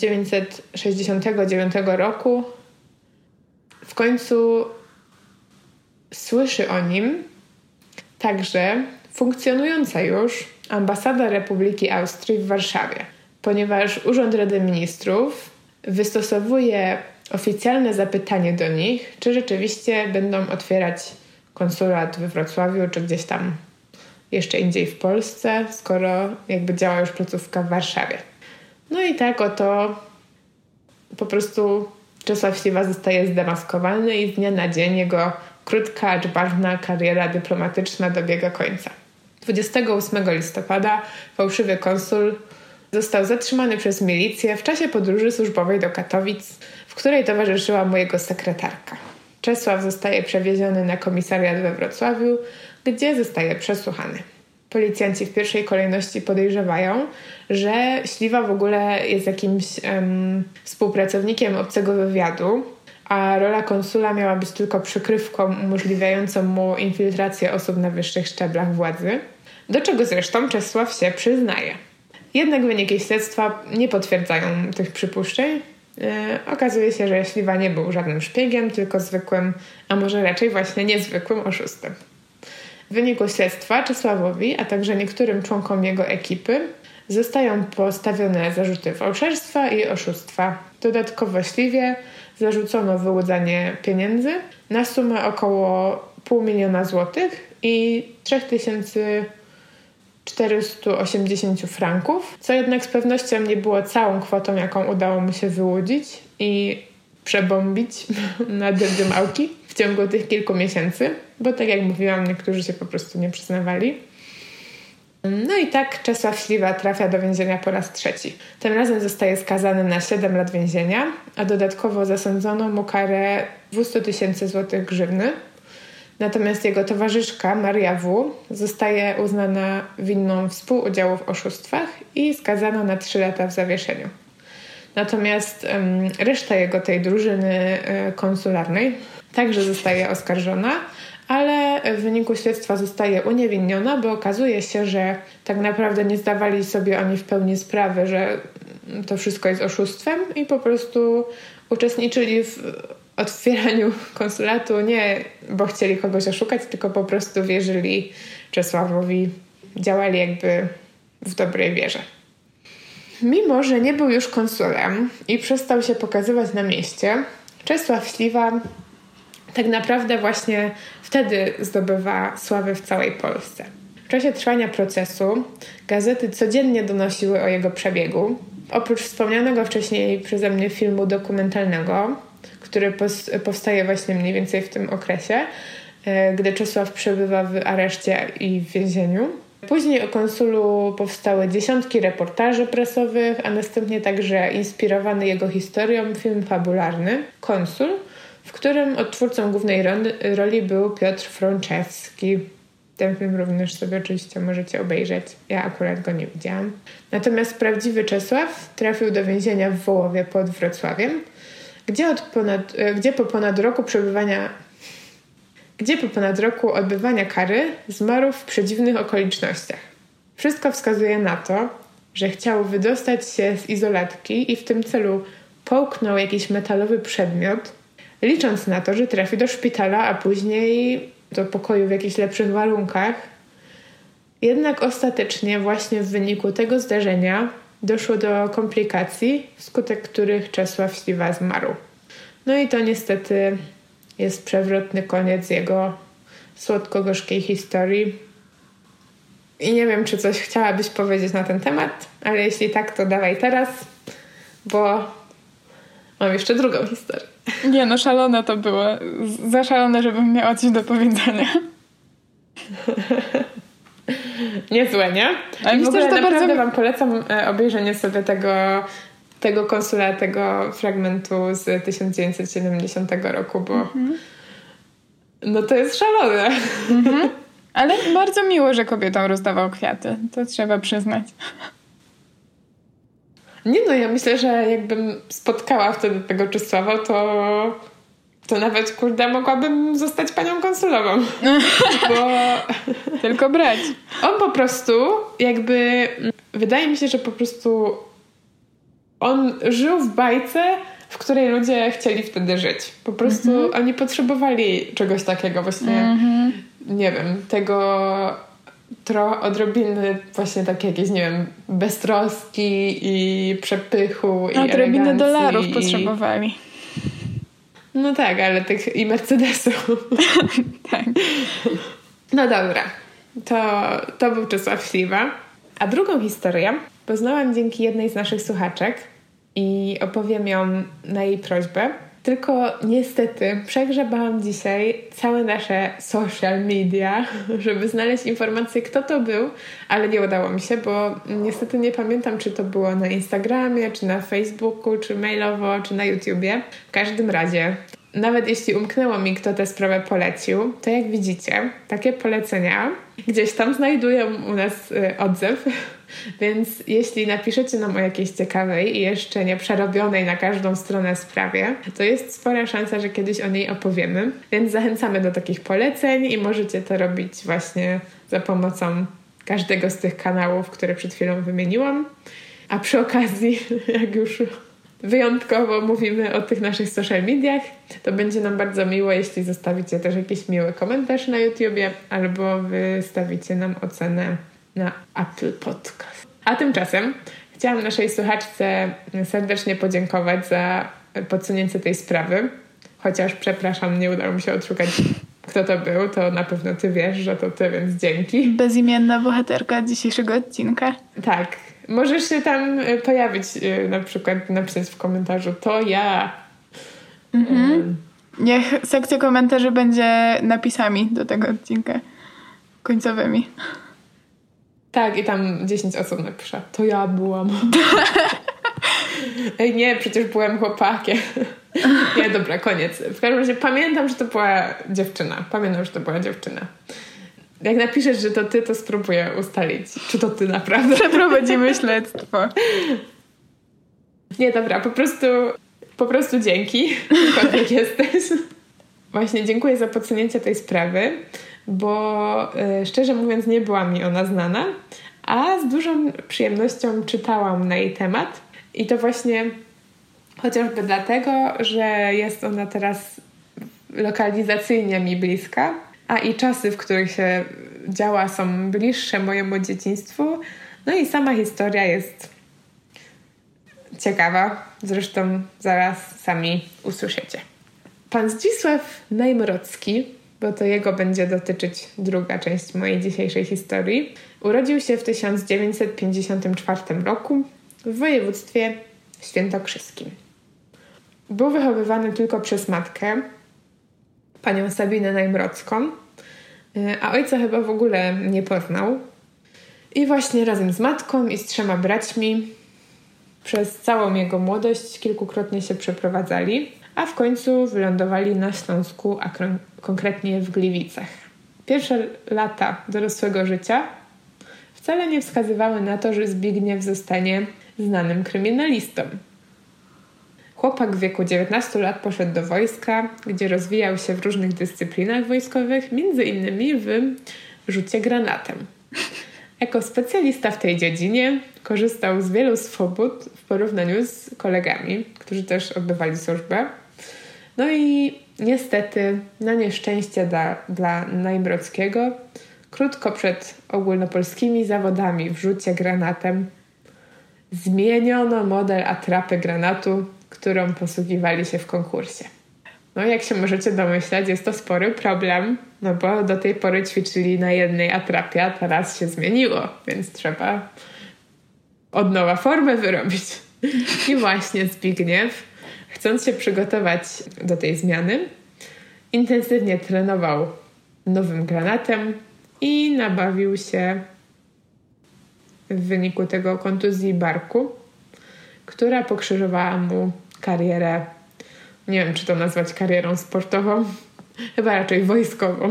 1969 roku w końcu słyszy o nim także funkcjonująca już ambasada Republiki Austrii w Warszawie, ponieważ Urząd Rady Ministrów wystosowuje oficjalne zapytanie do nich, czy rzeczywiście będą otwierać konsulat we Wrocławiu, czy gdzieś tam jeszcze indziej w Polsce, skoro jakby działa już placówka w Warszawie. No i tak oto po prostu Czesław Śliwa zostaje zdemaskowany i z dnia na dzień jego krótka, acz barwna kariera dyplomatyczna dobiega końca. 28 listopada fałszywy konsul został zatrzymany przez milicję w czasie podróży służbowej do Katowic, w której towarzyszyła mu jego sekretarka. Czesław zostaje przewieziony na komisariat we Wrocławiu, gdzie zostaje przesłuchany. Policjanci w pierwszej kolejności podejrzewają, że Śliwa w ogóle jest jakimś współpracownikiem obcego wywiadu, a rola konsula miała być tylko przykrywką umożliwiającą mu infiltrację osób na wyższych szczeblach władzy, do czego zresztą Czesław się przyznaje. Jednak wyniki śledztwa nie potwierdzają tych przypuszczeń. Okazuje się, że Śliwa nie był żadnym szpiegiem, tylko zwykłym, a może raczej właśnie niezwykłym oszustem. W wyniku śledztwa Czesławowi, a także niektórym członkom jego ekipy zostają postawione zarzuty fałszerstwa i oszustwa. Dodatkowo Śliwie zarzucono wyłudzanie pieniędzy na sumę około 500 000 złotych i 3480 franków, co jednak z pewnością nie było całą kwotą, jaką udało mu się wyłudzić i przebombić na dymałki w ciągu tych kilku miesięcy, bo tak jak mówiłam, niektórzy się po prostu nie przyznawali. No i tak Czesław Śliwa trafia do więzienia po raz 3. Tym razem zostaje skazany na 7 lat więzienia, a dodatkowo zasądzono mu karę 200 000 złotych grzywny. Natomiast jego towarzyszka Maria W. zostaje uznana winną współudziału w oszustwach i skazana na 3 lata w zawieszeniu. Natomiast reszta jego tej drużyny konsularnej także zostaje oskarżona, ale w wyniku śledztwa zostaje uniewinniona, bo okazuje się, że tak naprawdę nie zdawali sobie oni w pełni sprawy, że to wszystko jest oszustwem i po prostu uczestniczyli w otwieraniu konsulatu nie bo chcieli kogoś oszukać, tylko po prostu wierzyli Czesławowi, działali jakby w dobrej wierze. Mimo że nie był już konsulem i przestał się pokazywać na mieście, Czesław Śliwa tak naprawdę właśnie wtedy zdobywa sławę w całej Polsce. W czasie trwania procesu gazety codziennie donosiły o jego przebiegu. Oprócz wspomnianego wcześniej przeze mnie filmu dokumentalnego, który powstaje właśnie mniej więcej w tym okresie, gdy Czesław przebywa w areszcie i w więzieniu. Później o konsulu powstały dziesiątki reportaży prasowych, a następnie także inspirowany jego historią film fabularny Konsul, w którym odtwórcą głównej roli był Piotr Frączewski. Ten film również sobie oczywiście możecie obejrzeć. Ja akurat go nie widziałam. Natomiast prawdziwy Czesław trafił do więzienia w Wołowie pod Wrocławiem, gdzie po ponad roku odbywania kary zmarł w przedziwnych okolicznościach. Wszystko wskazuje na to, że chciał wydostać się z izolatki i w tym celu połknął jakiś metalowy przedmiot, licząc na to, że trafi do szpitala, a później do pokoju w jakichś lepszych warunkach. Jednak ostatecznie właśnie w wyniku tego zdarzenia doszło do komplikacji, wskutek których Czesław Śliwa zmarł. No i to niestety jest przewrotny koniec jego słodko-gorzkiej historii. I nie wiem, czy coś chciałabyś powiedzieć na ten temat, ale jeśli tak, to dawaj teraz, bo mam jeszcze drugą historię. Nie, no szalone to było. Za szalone, żebym miała coś do powiedzenia. Niezłe, nie? Ale myślę, że to naprawdę bardzo... wam polecam obejrzenie sobie tego konsula, tego fragmentu z 1970 roku, bo no to jest szalone. Ale bardzo miło, że kobietom rozdawał kwiaty. To trzeba przyznać. Nie no, ja myślę, że jakbym spotkała wtedy tego Czesława, to nawet, kurde, mogłabym zostać panią konsulową. Bo Tylko brać. on po prostu jakby... Wydaje mi się, że po prostu on żył w bajce, w której ludzie chcieli wtedy żyć. Po prostu oni potrzebowali czegoś takiego właśnie, nie wiem, tego odrobiny właśnie takie jakieś, nie wiem, beztroski i przepychu i odrobiny dolarów potrzebowali. No tak, ale tych i Mercedesów. Tak. No dobra, to był Czesław Śliwa. A drugą historię poznałam dzięki jednej z naszych słuchaczek i opowiem ją na jej prośbę. Tylko niestety przegrzebałam dzisiaj całe nasze social media, żeby znaleźć informację, kto to był, ale nie udało mi się, bo niestety nie pamiętam, czy to było na Instagramie, czy na Facebooku, czy mailowo, czy na YouTubie. W każdym razie, nawet jeśli umknęło mi, kto tę sprawę polecił, to jak widzicie, takie polecenia gdzieś tam znajdują u nas odzew. Więc jeśli napiszecie nam o jakiejś ciekawej i jeszcze nie przerobionej na każdą stronę sprawie, to jest spora szansa, że kiedyś o niej opowiemy. Więc zachęcamy do takich poleceń i możecie to robić właśnie za pomocą każdego z tych kanałów, które przed chwilą wymieniłam. A przy okazji, jak już wyjątkowo mówimy o tych naszych social mediach, to będzie nam bardzo miło, jeśli zostawicie też jakiś miły komentarz na YouTubie albo wystawicie nam ocenę na Apple Podcast. A tymczasem chciałam naszej słuchaczce serdecznie podziękować za podsunięcie tej sprawy. Chociaż, przepraszam, nie udało mi się odszukać, kto to był. To na pewno ty wiesz, że to ty, więc dzięki. Bezimienna bohaterka dzisiejszego odcinka. Tak. Możesz się tam pojawić, na przykład napisać w komentarzu, to ja. Niech sekcja komentarzy będzie napisami do tego odcinka. Końcowymi. Tak, i tam 10 osób napisze. To ja byłam. Ej, nie, przecież byłem chłopakiem. Nie, dobra, koniec. W każdym razie pamiętam, że to była dziewczyna. Jak napiszesz, że to ty, to spróbuję ustalić, czy to ty naprawdę. Przeprowadzimy śledztwo. Nie, dobra, po prostu dzięki. Jakkolwiek jesteś. Właśnie dziękuję za podsunięcie tej sprawy, bo szczerze mówiąc nie była mi ona znana, a z dużą przyjemnością czytałam na jej temat i to właśnie chociażby dlatego, że jest ona teraz lokalizacyjnie mi bliska, a i czasy, w których się działa, są bliższe mojemu dzieciństwu. No i sama historia jest ciekawa, zresztą zaraz sami usłyszycie. Pan Zdzisław Najmrocki, bo to jego będzie dotyczyć druga część mojej dzisiejszej historii, urodził się w 1954 roku w województwie świętokrzyskim. Był wychowywany tylko przez matkę, panią Sabinę Najmrocką, a ojca chyba w ogóle nie poznał. I właśnie razem z matką i z 3 braćmi przez całą jego młodość kilkukrotnie się przeprowadzali, a w końcu wylądowali na Śląsku, a konkretnie w Gliwicach. pierwsze lata dorosłego życia wcale nie wskazywały na to, że Zbigniew zostanie znanym kryminalistą. Chłopak w wieku 19 lat poszedł do wojska, gdzie rozwijał się w różnych dyscyplinach wojskowych, między innymi w rzucie granatem. Jako specjalista w tej dziedzinie korzystał z wielu swobód w porównaniu z kolegami, którzy też odbywali służbę. No i niestety, na nieszczęście dla Najmrockiego, krótko przed ogólnopolskimi zawodami w rzucie granatem zmieniono model atrapy granatu, którą posługiwali się w konkursie. No jak się możecie domyślać, jest to spory problem, no bo do tej pory ćwiczyli na jednej atrapie, a teraz się zmieniło, więc trzeba od nowa formę wyrobić. I właśnie Zbigniew, chcąc się przygotować do tej zmiany, intensywnie trenował nowym granatem i nabawił się w wyniku tego kontuzji barku, która pokrzyżowała mu karierę, nie wiem, czy to nazwać karierą sportową, chyba raczej wojskową.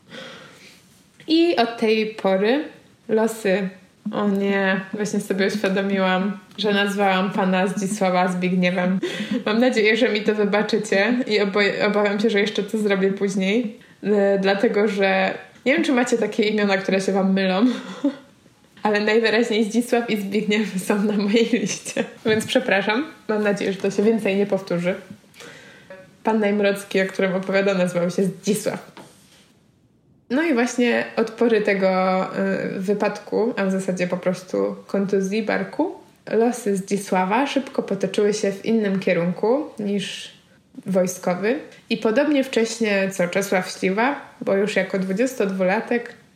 I od tej pory losy, o nie, właśnie sobie uświadomiłam, że nazwałam pana Zdzisława Zbigniewem. Mam nadzieję, że mi to wybaczycie i obawiam się, że jeszcze to zrobię później, dlatego że nie wiem, czy macie takie imiona, które się wam mylą, ale najwyraźniej Zdzisław i Zbigniew są na mojej liście. Więc przepraszam. Mam nadzieję, że to się więcej nie powtórzy. Pan Najmrocki, o którym opowiada, nazywał się Zdzisław. No i właśnie od pory tego wypadku, a w zasadzie po prostu kontuzji barku, losy Zdzisława szybko potoczyły się w innym kierunku niż wojskowy. I podobnie wcześnie co Czesław Śliwa, bo już jako 22-latek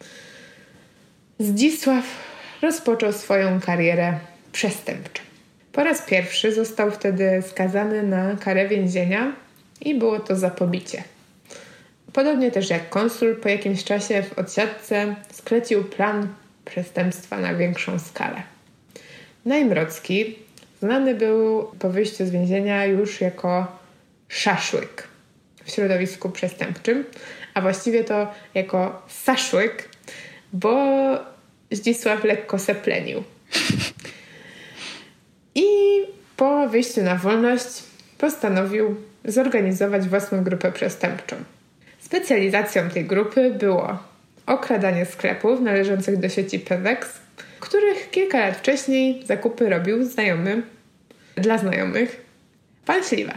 Zdzisław rozpoczął swoją karierę przestępczą. Po raz pierwszy został wtedy skazany na karę więzienia i było to za pobicie. Podobnie też jak konsul, po jakimś czasie w odsiadce sklecił plan przestępstwa na większą skalę. Najmrocki znany był po wyjściu z więzienia już jako szaszłyk w środowisku przestępczym, a właściwie to jako saszłyk, bo Zdzisław lekko seplenił. I po wyjściu na wolność postanowił zorganizować własną grupę przestępczą. Specjalizacją tej grupy było okradanie sklepów należących do sieci Pewex, których kilka lat wcześniej zakupy robił dla znajomych pan Śliwa.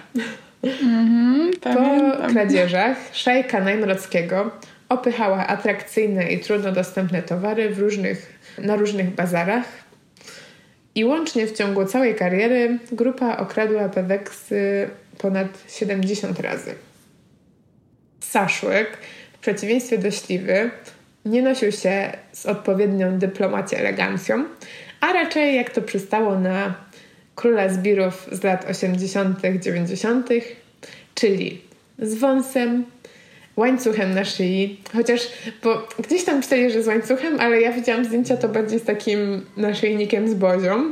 Po kradzieżach szajka Najmrockiego opychała atrakcyjne i trudno dostępne towary na różnych bazarach i łącznie w ciągu całej kariery grupa okradła Peweksy ponad 70 razy. Saszłyk, w przeciwieństwie do Śliwy, nie nosił się z odpowiednią dyplomacją, elegancją, a raczej jak to przystało na króla zbirów z lat 80., 90., czyli z wąsem, łańcuchem na szyi, chociaż bo gdzieś tam pisali, że z łańcuchem, ale ja widziałam zdjęcia to bardziej z takim naszyjnikiem z bozią.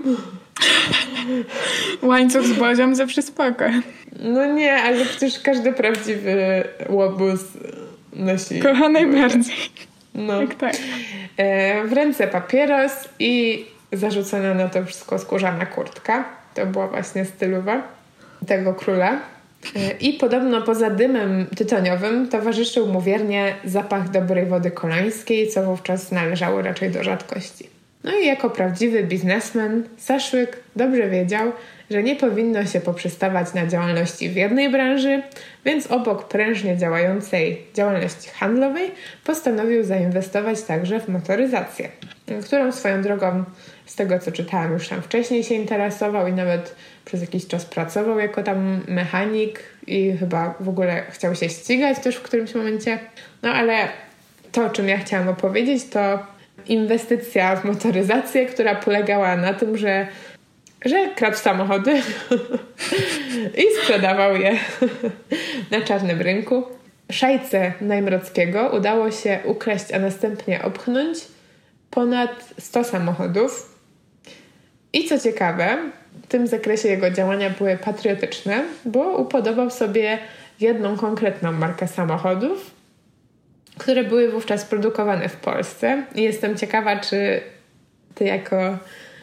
Łańcuch z bozią zawsze spoko. No nie, ale przecież każdy prawdziwy łobuz nosi. Kocha najbardziej. No. Tak. W ręce papieros i zarzucona na to wszystko skórzana kurtka. To była właśnie stylowa tego króla. I podobno poza dymem tytoniowym towarzyszył mu wiernie zapach dobrej wody kolońskiej, co wówczas należało raczej do rzadkości. No i jako prawdziwy biznesmen Saszłyk dobrze wiedział, że nie powinno się poprzestawać na działalności w jednej branży, więc obok prężnie działającej działalności handlowej postanowił zainwestować także w motoryzację, którą swoją drogą, z tego co czytałam, już tam wcześniej się interesował i nawet przez jakiś czas pracował jako tam mechanik i chyba w ogóle chciał się ścigać też w którymś momencie. No ale to, o czym ja chciałam opowiedzieć, to inwestycja w motoryzację, która polegała na tym, że kradł samochody i sprzedawał je na czarnym rynku. Szajce Najmrockiego udało się ukraść, a następnie opchnąć ponad 100 samochodów. I co ciekawe, w tym zakresie jego działania były patriotyczne, bo upodobał sobie jedną konkretną markę samochodów, które były wówczas produkowane w Polsce. I jestem ciekawa, czy ty jako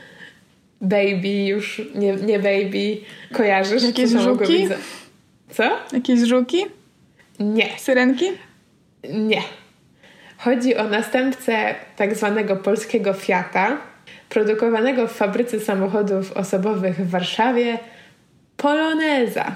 baby, już nie baby, kojarzysz? Jakieś żuki? Co? Jakieś żuki? Nie. Syrenki? Nie. Chodzi o następcę tak zwanego polskiego Fiata, produkowanego w fabryce samochodów osobowych w Warszawie, Poloneza.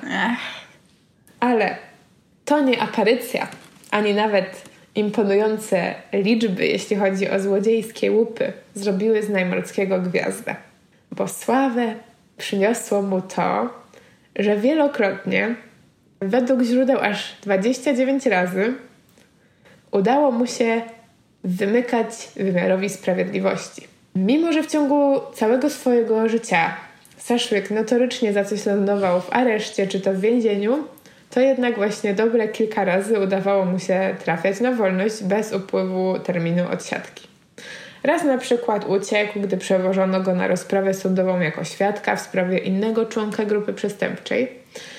Ale to nie aparycja, ani nawet imponujące liczby, jeśli chodzi o złodziejskie łupy, zrobiły z Najmrockiego gwiazdę. Bo sławę przyniosło mu to, że wielokrotnie, według źródeł aż 29 razy, udało mu się wymykać wymiarowi sprawiedliwości. Mimo że w ciągu całego swojego życia Szaszłyk notorycznie za coś lądował w areszcie czy to w więzieniu, to jednak właśnie dobre kilka razy udawało mu się trafiać na wolność bez upływu terminu odsiadki. Raz na przykład uciekł, gdy przewożono go na rozprawę sądową jako świadka w sprawie innego członka grupy przestępczej.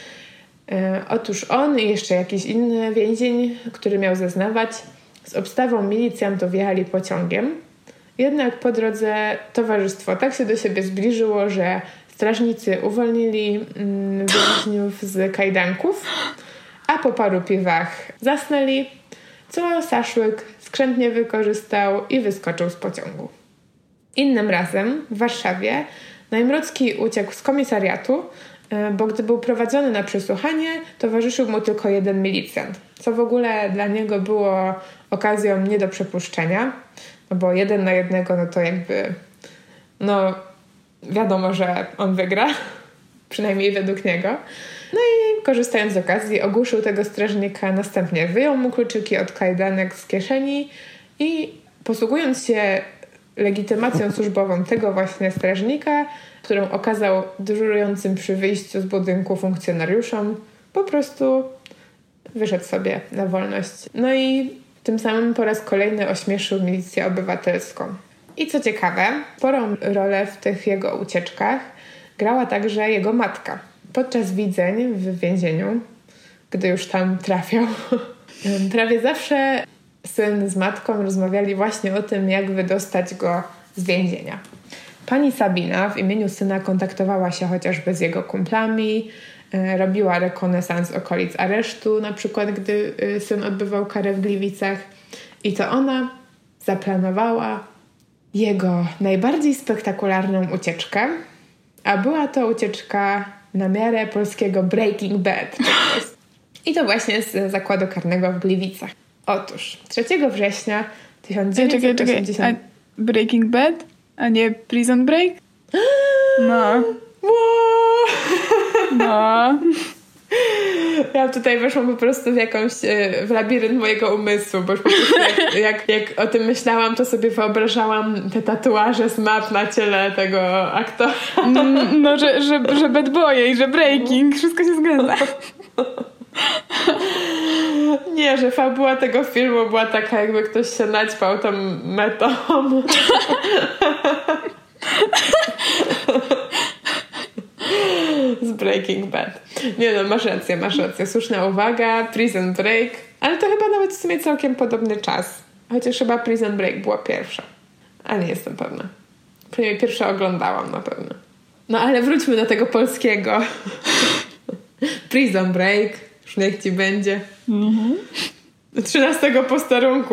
Otóż on i jeszcze jakiś inny więzień, który miał zeznawać, z obstawą milicjantów jechali pociągiem. Jednak po drodze towarzystwo tak się do siebie zbliżyło, że strażnicy uwolnili więźniów z kajdanków, a po paru piwach zasnęli, co Szaszłyk skrzętnie wykorzystał i wyskoczył z pociągu. Innym razem w Warszawie Najmrocki uciekł z komisariatu, bo gdy był prowadzony na przesłuchanie, towarzyszył mu tylko jeden milicjant, co w ogóle dla niego było okazją nie do przepuszczenia, bo 1 na 1 no to jakby wiadomo, że on wygra, przynajmniej według niego. No i korzystając z okazji ogłuszył tego strażnika, następnie wyjął mu kluczyki od kajdanek z kieszeni i posługując się legitymacją służbową tego właśnie strażnika, którą okazał dyżurującym przy wyjściu z budynku funkcjonariuszom, po prostu wyszedł sobie na wolność. No i tym samym po raz kolejny ośmieszył milicję obywatelską. I co ciekawe, sporą rolę w tych jego ucieczkach grała także jego matka. Podczas widzeń w więzieniu, gdy już tam trafiał, prawie zawsze syn z matką rozmawiali właśnie o tym, jak wydostać go z więzienia. Pani Sabina w imieniu syna kontaktowała się chociażby z jego kumplami, robiła rekonesans okolic aresztu, na przykład gdy syn odbywał karę w Gliwicach. I to ona zaplanowała jego najbardziej spektakularną ucieczkę, a była to ucieczka na miarę polskiego Breaking Bad. I to właśnie z zakładu karnego w Gliwicach. Otóż 3 września 1980... Czekaj. A Breaking Bad? A nie Prison Break? No. No. Ja tutaj weszłam po prostu w labirynt mojego umysłu, bo już po prostu jak o tym myślałam, to sobie wyobrażałam te tatuaże z map na ciele tego aktora. No, że Bad Boy i że Breaking, wszystko się zgadza. Nie, że fabuła tego filmu była taka, jakby ktoś się naćpał tą metą. Z Breaking Bad. Nie no, masz rację. Słuszna uwaga. Prison Break. Ale to chyba nawet w sumie całkiem podobny czas. Chociaż chyba Prison Break była pierwsza. Ale nie jestem pewna. Przynajmniej pierwsza oglądałam na pewno. No ale wróćmy do tego polskiego. Prison Break. Już niech ci będzie. 13 posterunku.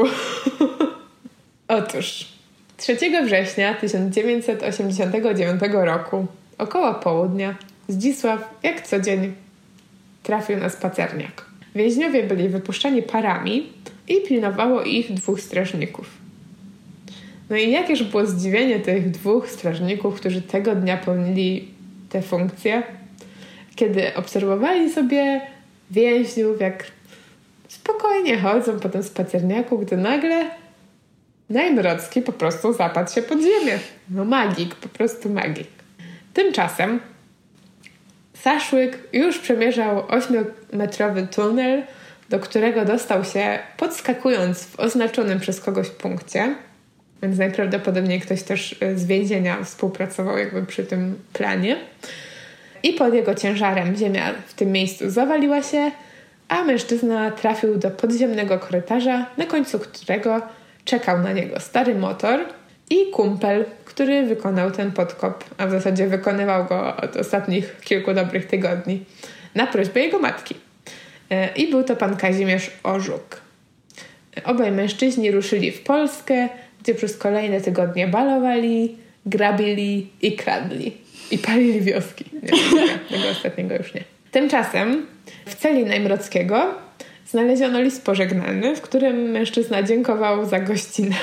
Otóż 3 września 1989 roku około południa Zdzisław jak co dzień trafił na spacerniak. Więźniowie byli wypuszczani parami i pilnowało ich 2 strażników. No i jakież było zdziwienie tych 2 strażników, którzy tego dnia pełnili te funkcje, kiedy obserwowali sobie więźniów, jak spokojnie chodzą po tym spacerniaku, gdy nagle Najmrocki po prostu zapadł się pod ziemię. No magik, po prostu magik. Tymczasem Szaszłyk już przemierzał 8-metrowy tunel, do którego dostał się podskakując w oznaczonym przez kogoś punkcie, więc najprawdopodobniej ktoś też z więzienia współpracował jakby przy tym planie. I pod jego ciężarem ziemia w tym miejscu zawaliła się, a mężczyzna trafił do podziemnego korytarza, na końcu którego czekał na niego stary motor i kumpel, który wykonał ten podkop, a w zasadzie wykonywał go od ostatnich kilku dobrych tygodni na prośbę jego matki. I był to pan Kazimierz Orzuk. Obaj mężczyźni ruszyli w Polskę, gdzie przez kolejne tygodnie balowali, grabili i kradli. I palili wioski. Nie, tego ostatniego już nie. Tymczasem w celi Najmrockiego znaleziono list pożegnalny, w którym mężczyzna dziękował za gościnę.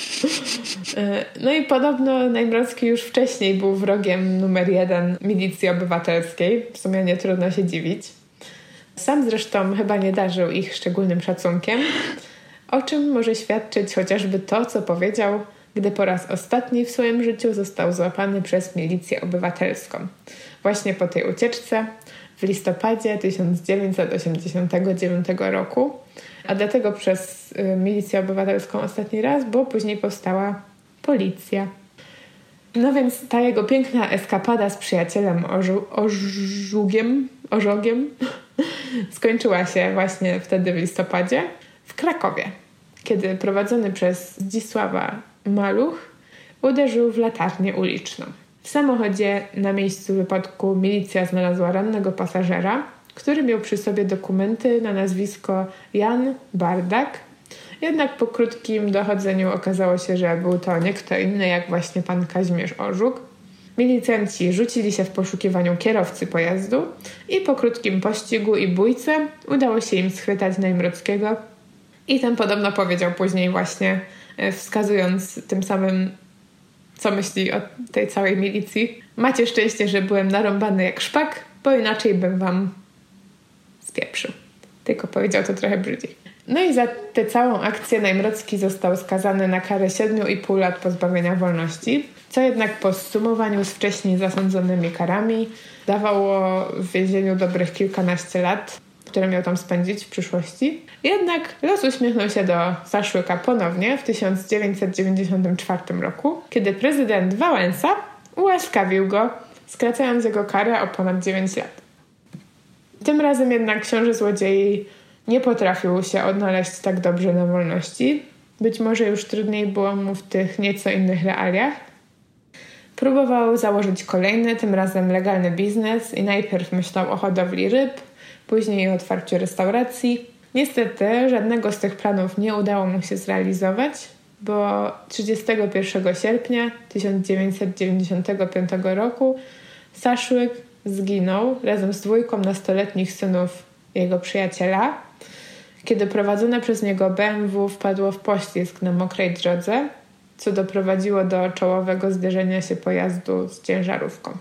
No i podobno Najmrocki już wcześniej był wrogiem numer 1 milicji obywatelskiej. W sumie nie trudno się dziwić. Sam zresztą chyba nie darzył ich szczególnym szacunkiem, o czym może świadczyć chociażby to, co powiedział, gdy po raz ostatni w swoim życiu został złapany przez milicję obywatelską. Właśnie po tej ucieczce w listopadzie 1989 roku, a dlatego przez milicję obywatelską ostatni raz, bo później powstała policja. No więc ta jego piękna eskapada z przyjacielem Orzogiem skończyła się właśnie wtedy w listopadzie w Krakowie, kiedy prowadzony przez Zdzisława Maluch uderzył w latarnię uliczną. W samochodzie na miejscu wypadku milicja znalazła rannego pasażera, który miał przy sobie dokumenty na nazwisko Jan Bardak. Jednak po krótkim dochodzeniu okazało się, że był to nie kto inny jak właśnie pan Kazimierz Orzuk. Milicjanci rzucili się w poszukiwaniu kierowcy pojazdu i po krótkim pościgu i bójce udało się im schwytać Najmrockiego i ten podobno powiedział później właśnie, wskazując tym samym, co myśli o tej całej milicji: macie szczęście, że byłem narąbany jak szpak, bo inaczej bym wam spieprzył. Tylko powiedział to trochę bardziej. No i za tę całą akcję Najmrocki został skazany na karę 7,5 lat pozbawienia wolności, co jednak po zsumowaniu z wcześniej zasądzonymi karami dawało w więzieniu dobrych kilkanaście lat, które miał tam spędzić w przyszłości. Jednak los uśmiechnął się do Saszłyka ponownie w 1994 roku, kiedy prezydent Wałęsa ułaskawił go, skracając jego karę o ponad 9 lat. Tym razem jednak książę złodziei nie potrafił się odnaleźć tak dobrze na wolności. Być może już trudniej było mu w tych nieco innych realiach. Próbował założyć kolejny, tym razem legalny biznes i najpierw myślał o hodowli ryb, później o otwarciu restauracji. Niestety żadnego z tych planów nie udało mu się zrealizować, bo 31 sierpnia 1995 roku Saszłyk zginął razem z 2 nastoletnich synów jego przyjaciela, kiedy prowadzone przez niego BMW wpadło w poślizg na mokrej drodze, co doprowadziło do czołowego zderzenia się pojazdu z ciężarówką.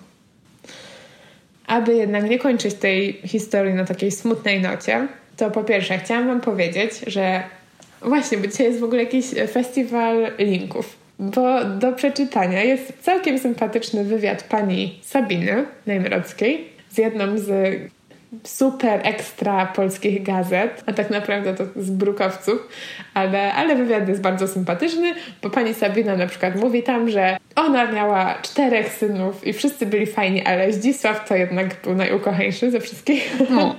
Aby jednak nie kończyć tej historii na takiej smutnej nocie, to po pierwsze chciałam wam powiedzieć, że właśnie, bo dzisiaj jest w ogóle jakiś festiwal linków, bo do przeczytania jest całkiem sympatyczny wywiad pani Sabiny Najmrockiej z jedną z super ekstra polskich gazet, a tak naprawdę to z brukowców, ale wywiad jest bardzo sympatyczny, bo pani Sabina na przykład mówi tam, że ona miała 4 synów i wszyscy byli fajni, ale Zdzisław to jednak był najukochańszy ze wszystkich. No.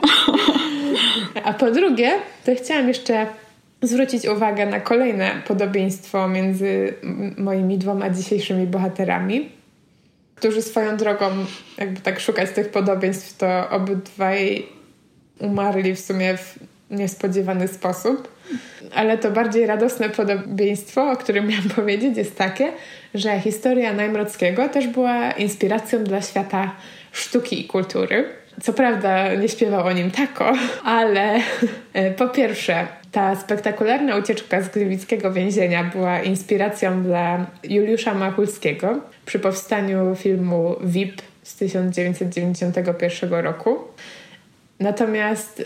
A po drugie, to chciałam jeszcze zwrócić uwagę na kolejne podobieństwo między moimi 2 dzisiejszymi bohaterami, którzy swoją drogą, jakby tak szukać tych podobieństw, to obydwaj umarli w sumie w niespodziewany sposób. Ale to bardziej radosne podobieństwo, o którym miałam powiedzieć, jest takie, że historia Najmrockiego też była inspiracją dla świata sztuki i kultury. Co prawda nie śpiewał o nim tako, ale po pierwsze ta spektakularna ucieczka z gliwickiego więzienia była inspiracją dla Juliusza Machulskiego przy powstaniu filmu VIP z 1991 roku. Natomiast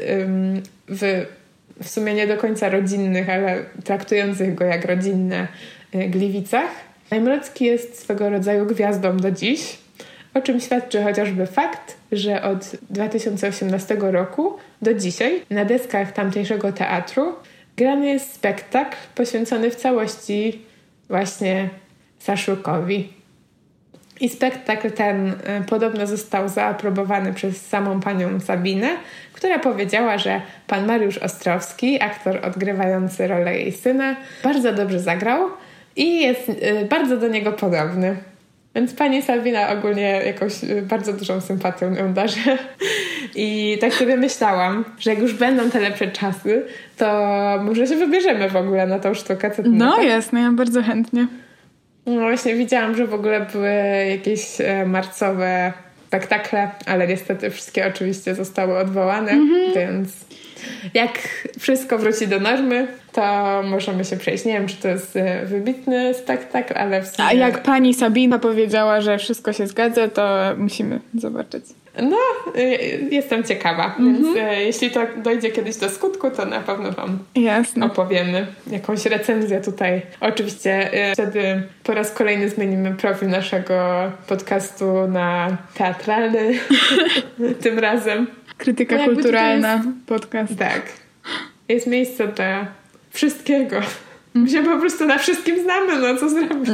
w sumie nie do końca rodzinnych, ale traktujących go jak rodzinne Gliwicach, Najmrocki jest swego rodzaju gwiazdą do dziś, o czym świadczy chociażby fakt, że od 2018 roku do dzisiaj na deskach tamtejszego teatru grany jest spektakl poświęcony w całości właśnie Saszłykowi. I spektakl ten podobno został zaaprobowany przez samą panią Sabinę, która powiedziała, że pan Mariusz Ostrowski, aktor odgrywający rolę jej syna, bardzo dobrze zagrał i jest bardzo do niego podobny. Więc pani Sabina ogólnie jakąś bardzo dużą sympatią ją darzy. I tak sobie myślałam, że jak już będą te lepsze czasy, to może się wybierzemy w ogóle na tą sztukę. Co ty No na to? jasne, ja bardzo chętnie. No właśnie widziałam, że w ogóle były jakieś marcowe spektakle, ale niestety wszystkie oczywiście zostały odwołane, więc jak wszystko wróci do normy, to możemy się przejść. Nie wiem, czy to jest wybitny spektakl, ale w sumie... A jak pani Sabina powiedziała, że wszystko się zgadza, to musimy zobaczyć. No, jestem ciekawa, więc jeśli to dojdzie kiedyś do skutku, to na pewno wam Jasne. opowiemy jakąś recenzję tutaj. Oczywiście wtedy po raz kolejny zmienimy profil naszego podcastu na teatralny tym razem. Krytyka No kulturalna, podcast. Tak. Jest miejsce dla wszystkiego. My się po prostu na wszystkim znamy, no co zrobić?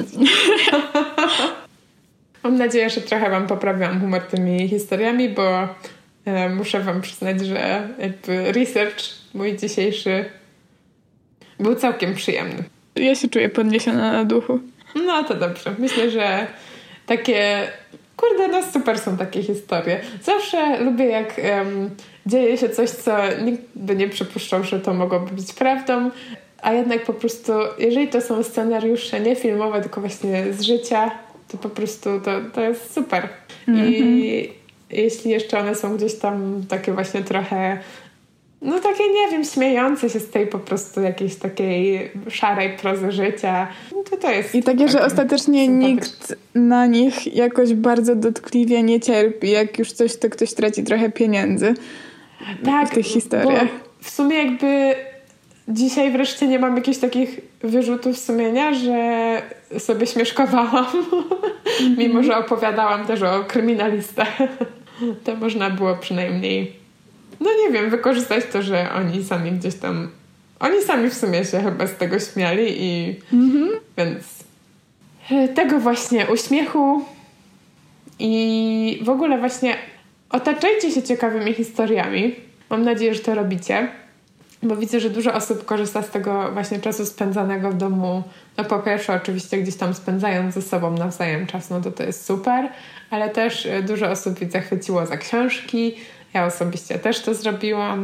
Mam nadzieję, że trochę wam poprawiłam humor tymi historiami, bo muszę wam przyznać, że jakby research mój dzisiejszy był całkiem przyjemny. Ja się czuję podniesiona na duchu. No to dobrze. Myślę, że takie... Kurde, no super są takie historie. Zawsze lubię, jak dzieje się coś, co nikt by nie przypuszczał, że to mogłoby być prawdą, a jednak po prostu, jeżeli to są scenariusze nie filmowe, tylko właśnie z życia, to po prostu to jest super. I jeśli jeszcze one są gdzieś tam takie właśnie trochę, no takie, nie wiem, śmiejące się z tej po prostu jakiejś takiej szarej prozy życia, no to jest... I takie, że ostatecznie nikt na nich jakoś bardzo dotkliwie nie cierpi. Jak już coś, to ktoś traci trochę pieniędzy w tych historiach. W sumie jakby dzisiaj wreszcie nie mam jakichś takich wyrzutów sumienia, że sobie śmieszkowałam, mimo że opowiadałam też o kryminalistach. To można było przynajmniej, no nie wiem, wykorzystać to, że oni sami gdzieś tam, oni sami w sumie się chyba z tego śmiali i więc tego właśnie uśmiechu i w ogóle właśnie otaczajcie się ciekawymi historiami. Mam nadzieję, że to robicie. Bo widzę, że dużo osób korzysta z tego właśnie czasu spędzanego w domu. No po pierwsze oczywiście gdzieś tam spędzając ze sobą nawzajem czas, no to jest super, ale też dużo osób widzę chwyciło za książki. Ja osobiście też to zrobiłam.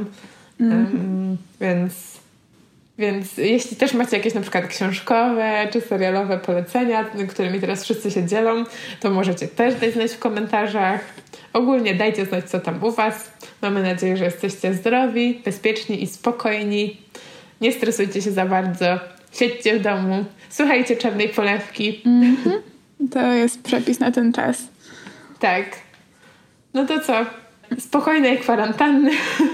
Więc jeśli też macie jakieś na przykład książkowe czy serialowe polecenia, którymi teraz wszyscy się dzielą, to możecie też dać znać w komentarzach. Ogólnie dajcie znać, co tam u was. Mamy nadzieję, że jesteście zdrowi, bezpieczni i spokojni. Nie stresujcie się za bardzo. Siedźcie w domu. Słuchajcie Czarnej Polewki. To jest przepis na ten czas. Tak. No to co? Spokojnej kwarantanny.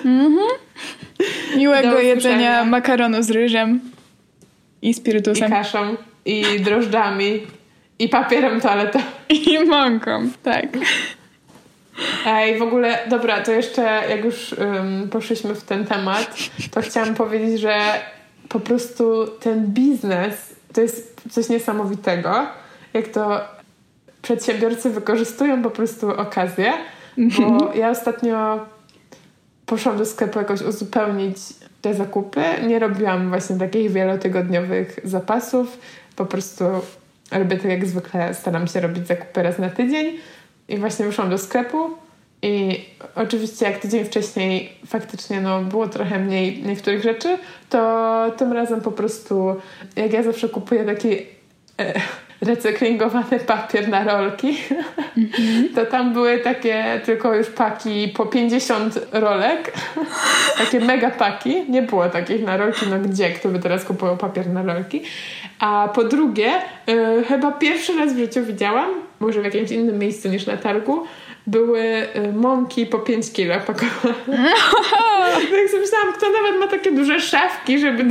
Miłego jedzenia makaronu z ryżem i spirytusem. I kaszą, i drożdżami, i papierem toaletowym. I mąką, tak. Ej, w ogóle, dobra, to jeszcze jak już poszliśmy w ten temat, to chciałam powiedzieć, że po prostu ten biznes to jest coś niesamowitego, jak to przedsiębiorcy wykorzystują po prostu okazję, bo ja ostatnio poszłam do sklepu jakoś uzupełnić te zakupy. Nie robiłam właśnie takich wielotygodniowych zapasów. Po prostu robię tak jak zwykle, staram się robić zakupy raz na tydzień. I właśnie wyszłam do sklepu i oczywiście jak tydzień wcześniej faktycznie było trochę mniej niektórych rzeczy, to tym razem po prostu, jak ja zawsze kupuję taki recyklingowany papier na rolki, to tam były takie tylko już paki po 50 rolek, takie mega paki, nie było takich na rolki, no gdzie, kto by teraz kupował papier na rolki. A po drugie, chyba pierwszy raz w życiu widziałam, może w jakimś innym miejscu niż na targu, były mąki po 5 kilo pakowane. Tak sobie myślałam, kto nawet ma takie duże szafki, żeby...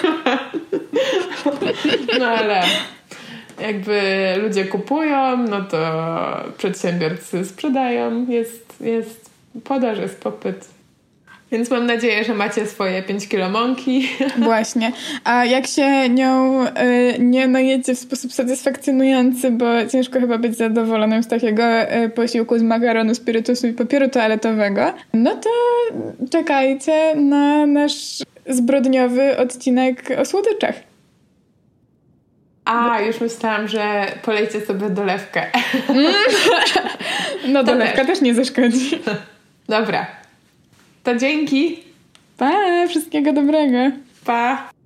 No ale jakby ludzie kupują, no to przedsiębiorcy sprzedają, jest podaż, jest popyt. Więc mam nadzieję, że macie swoje 5 kilo mąki. Właśnie. A jak się nią nie najecie w sposób satysfakcjonujący, bo ciężko chyba być zadowolonym z takiego posiłku z makaronu, spirytusu i papieru toaletowego, no to czekajcie na nasz zbrodniowy odcinek o słodyczach. A, już myślałam, że polejcie sobie dolewkę. No dolewka też nie zaszkodzi. Dobra. To dzięki. Pa, wszystkiego dobrego. Pa.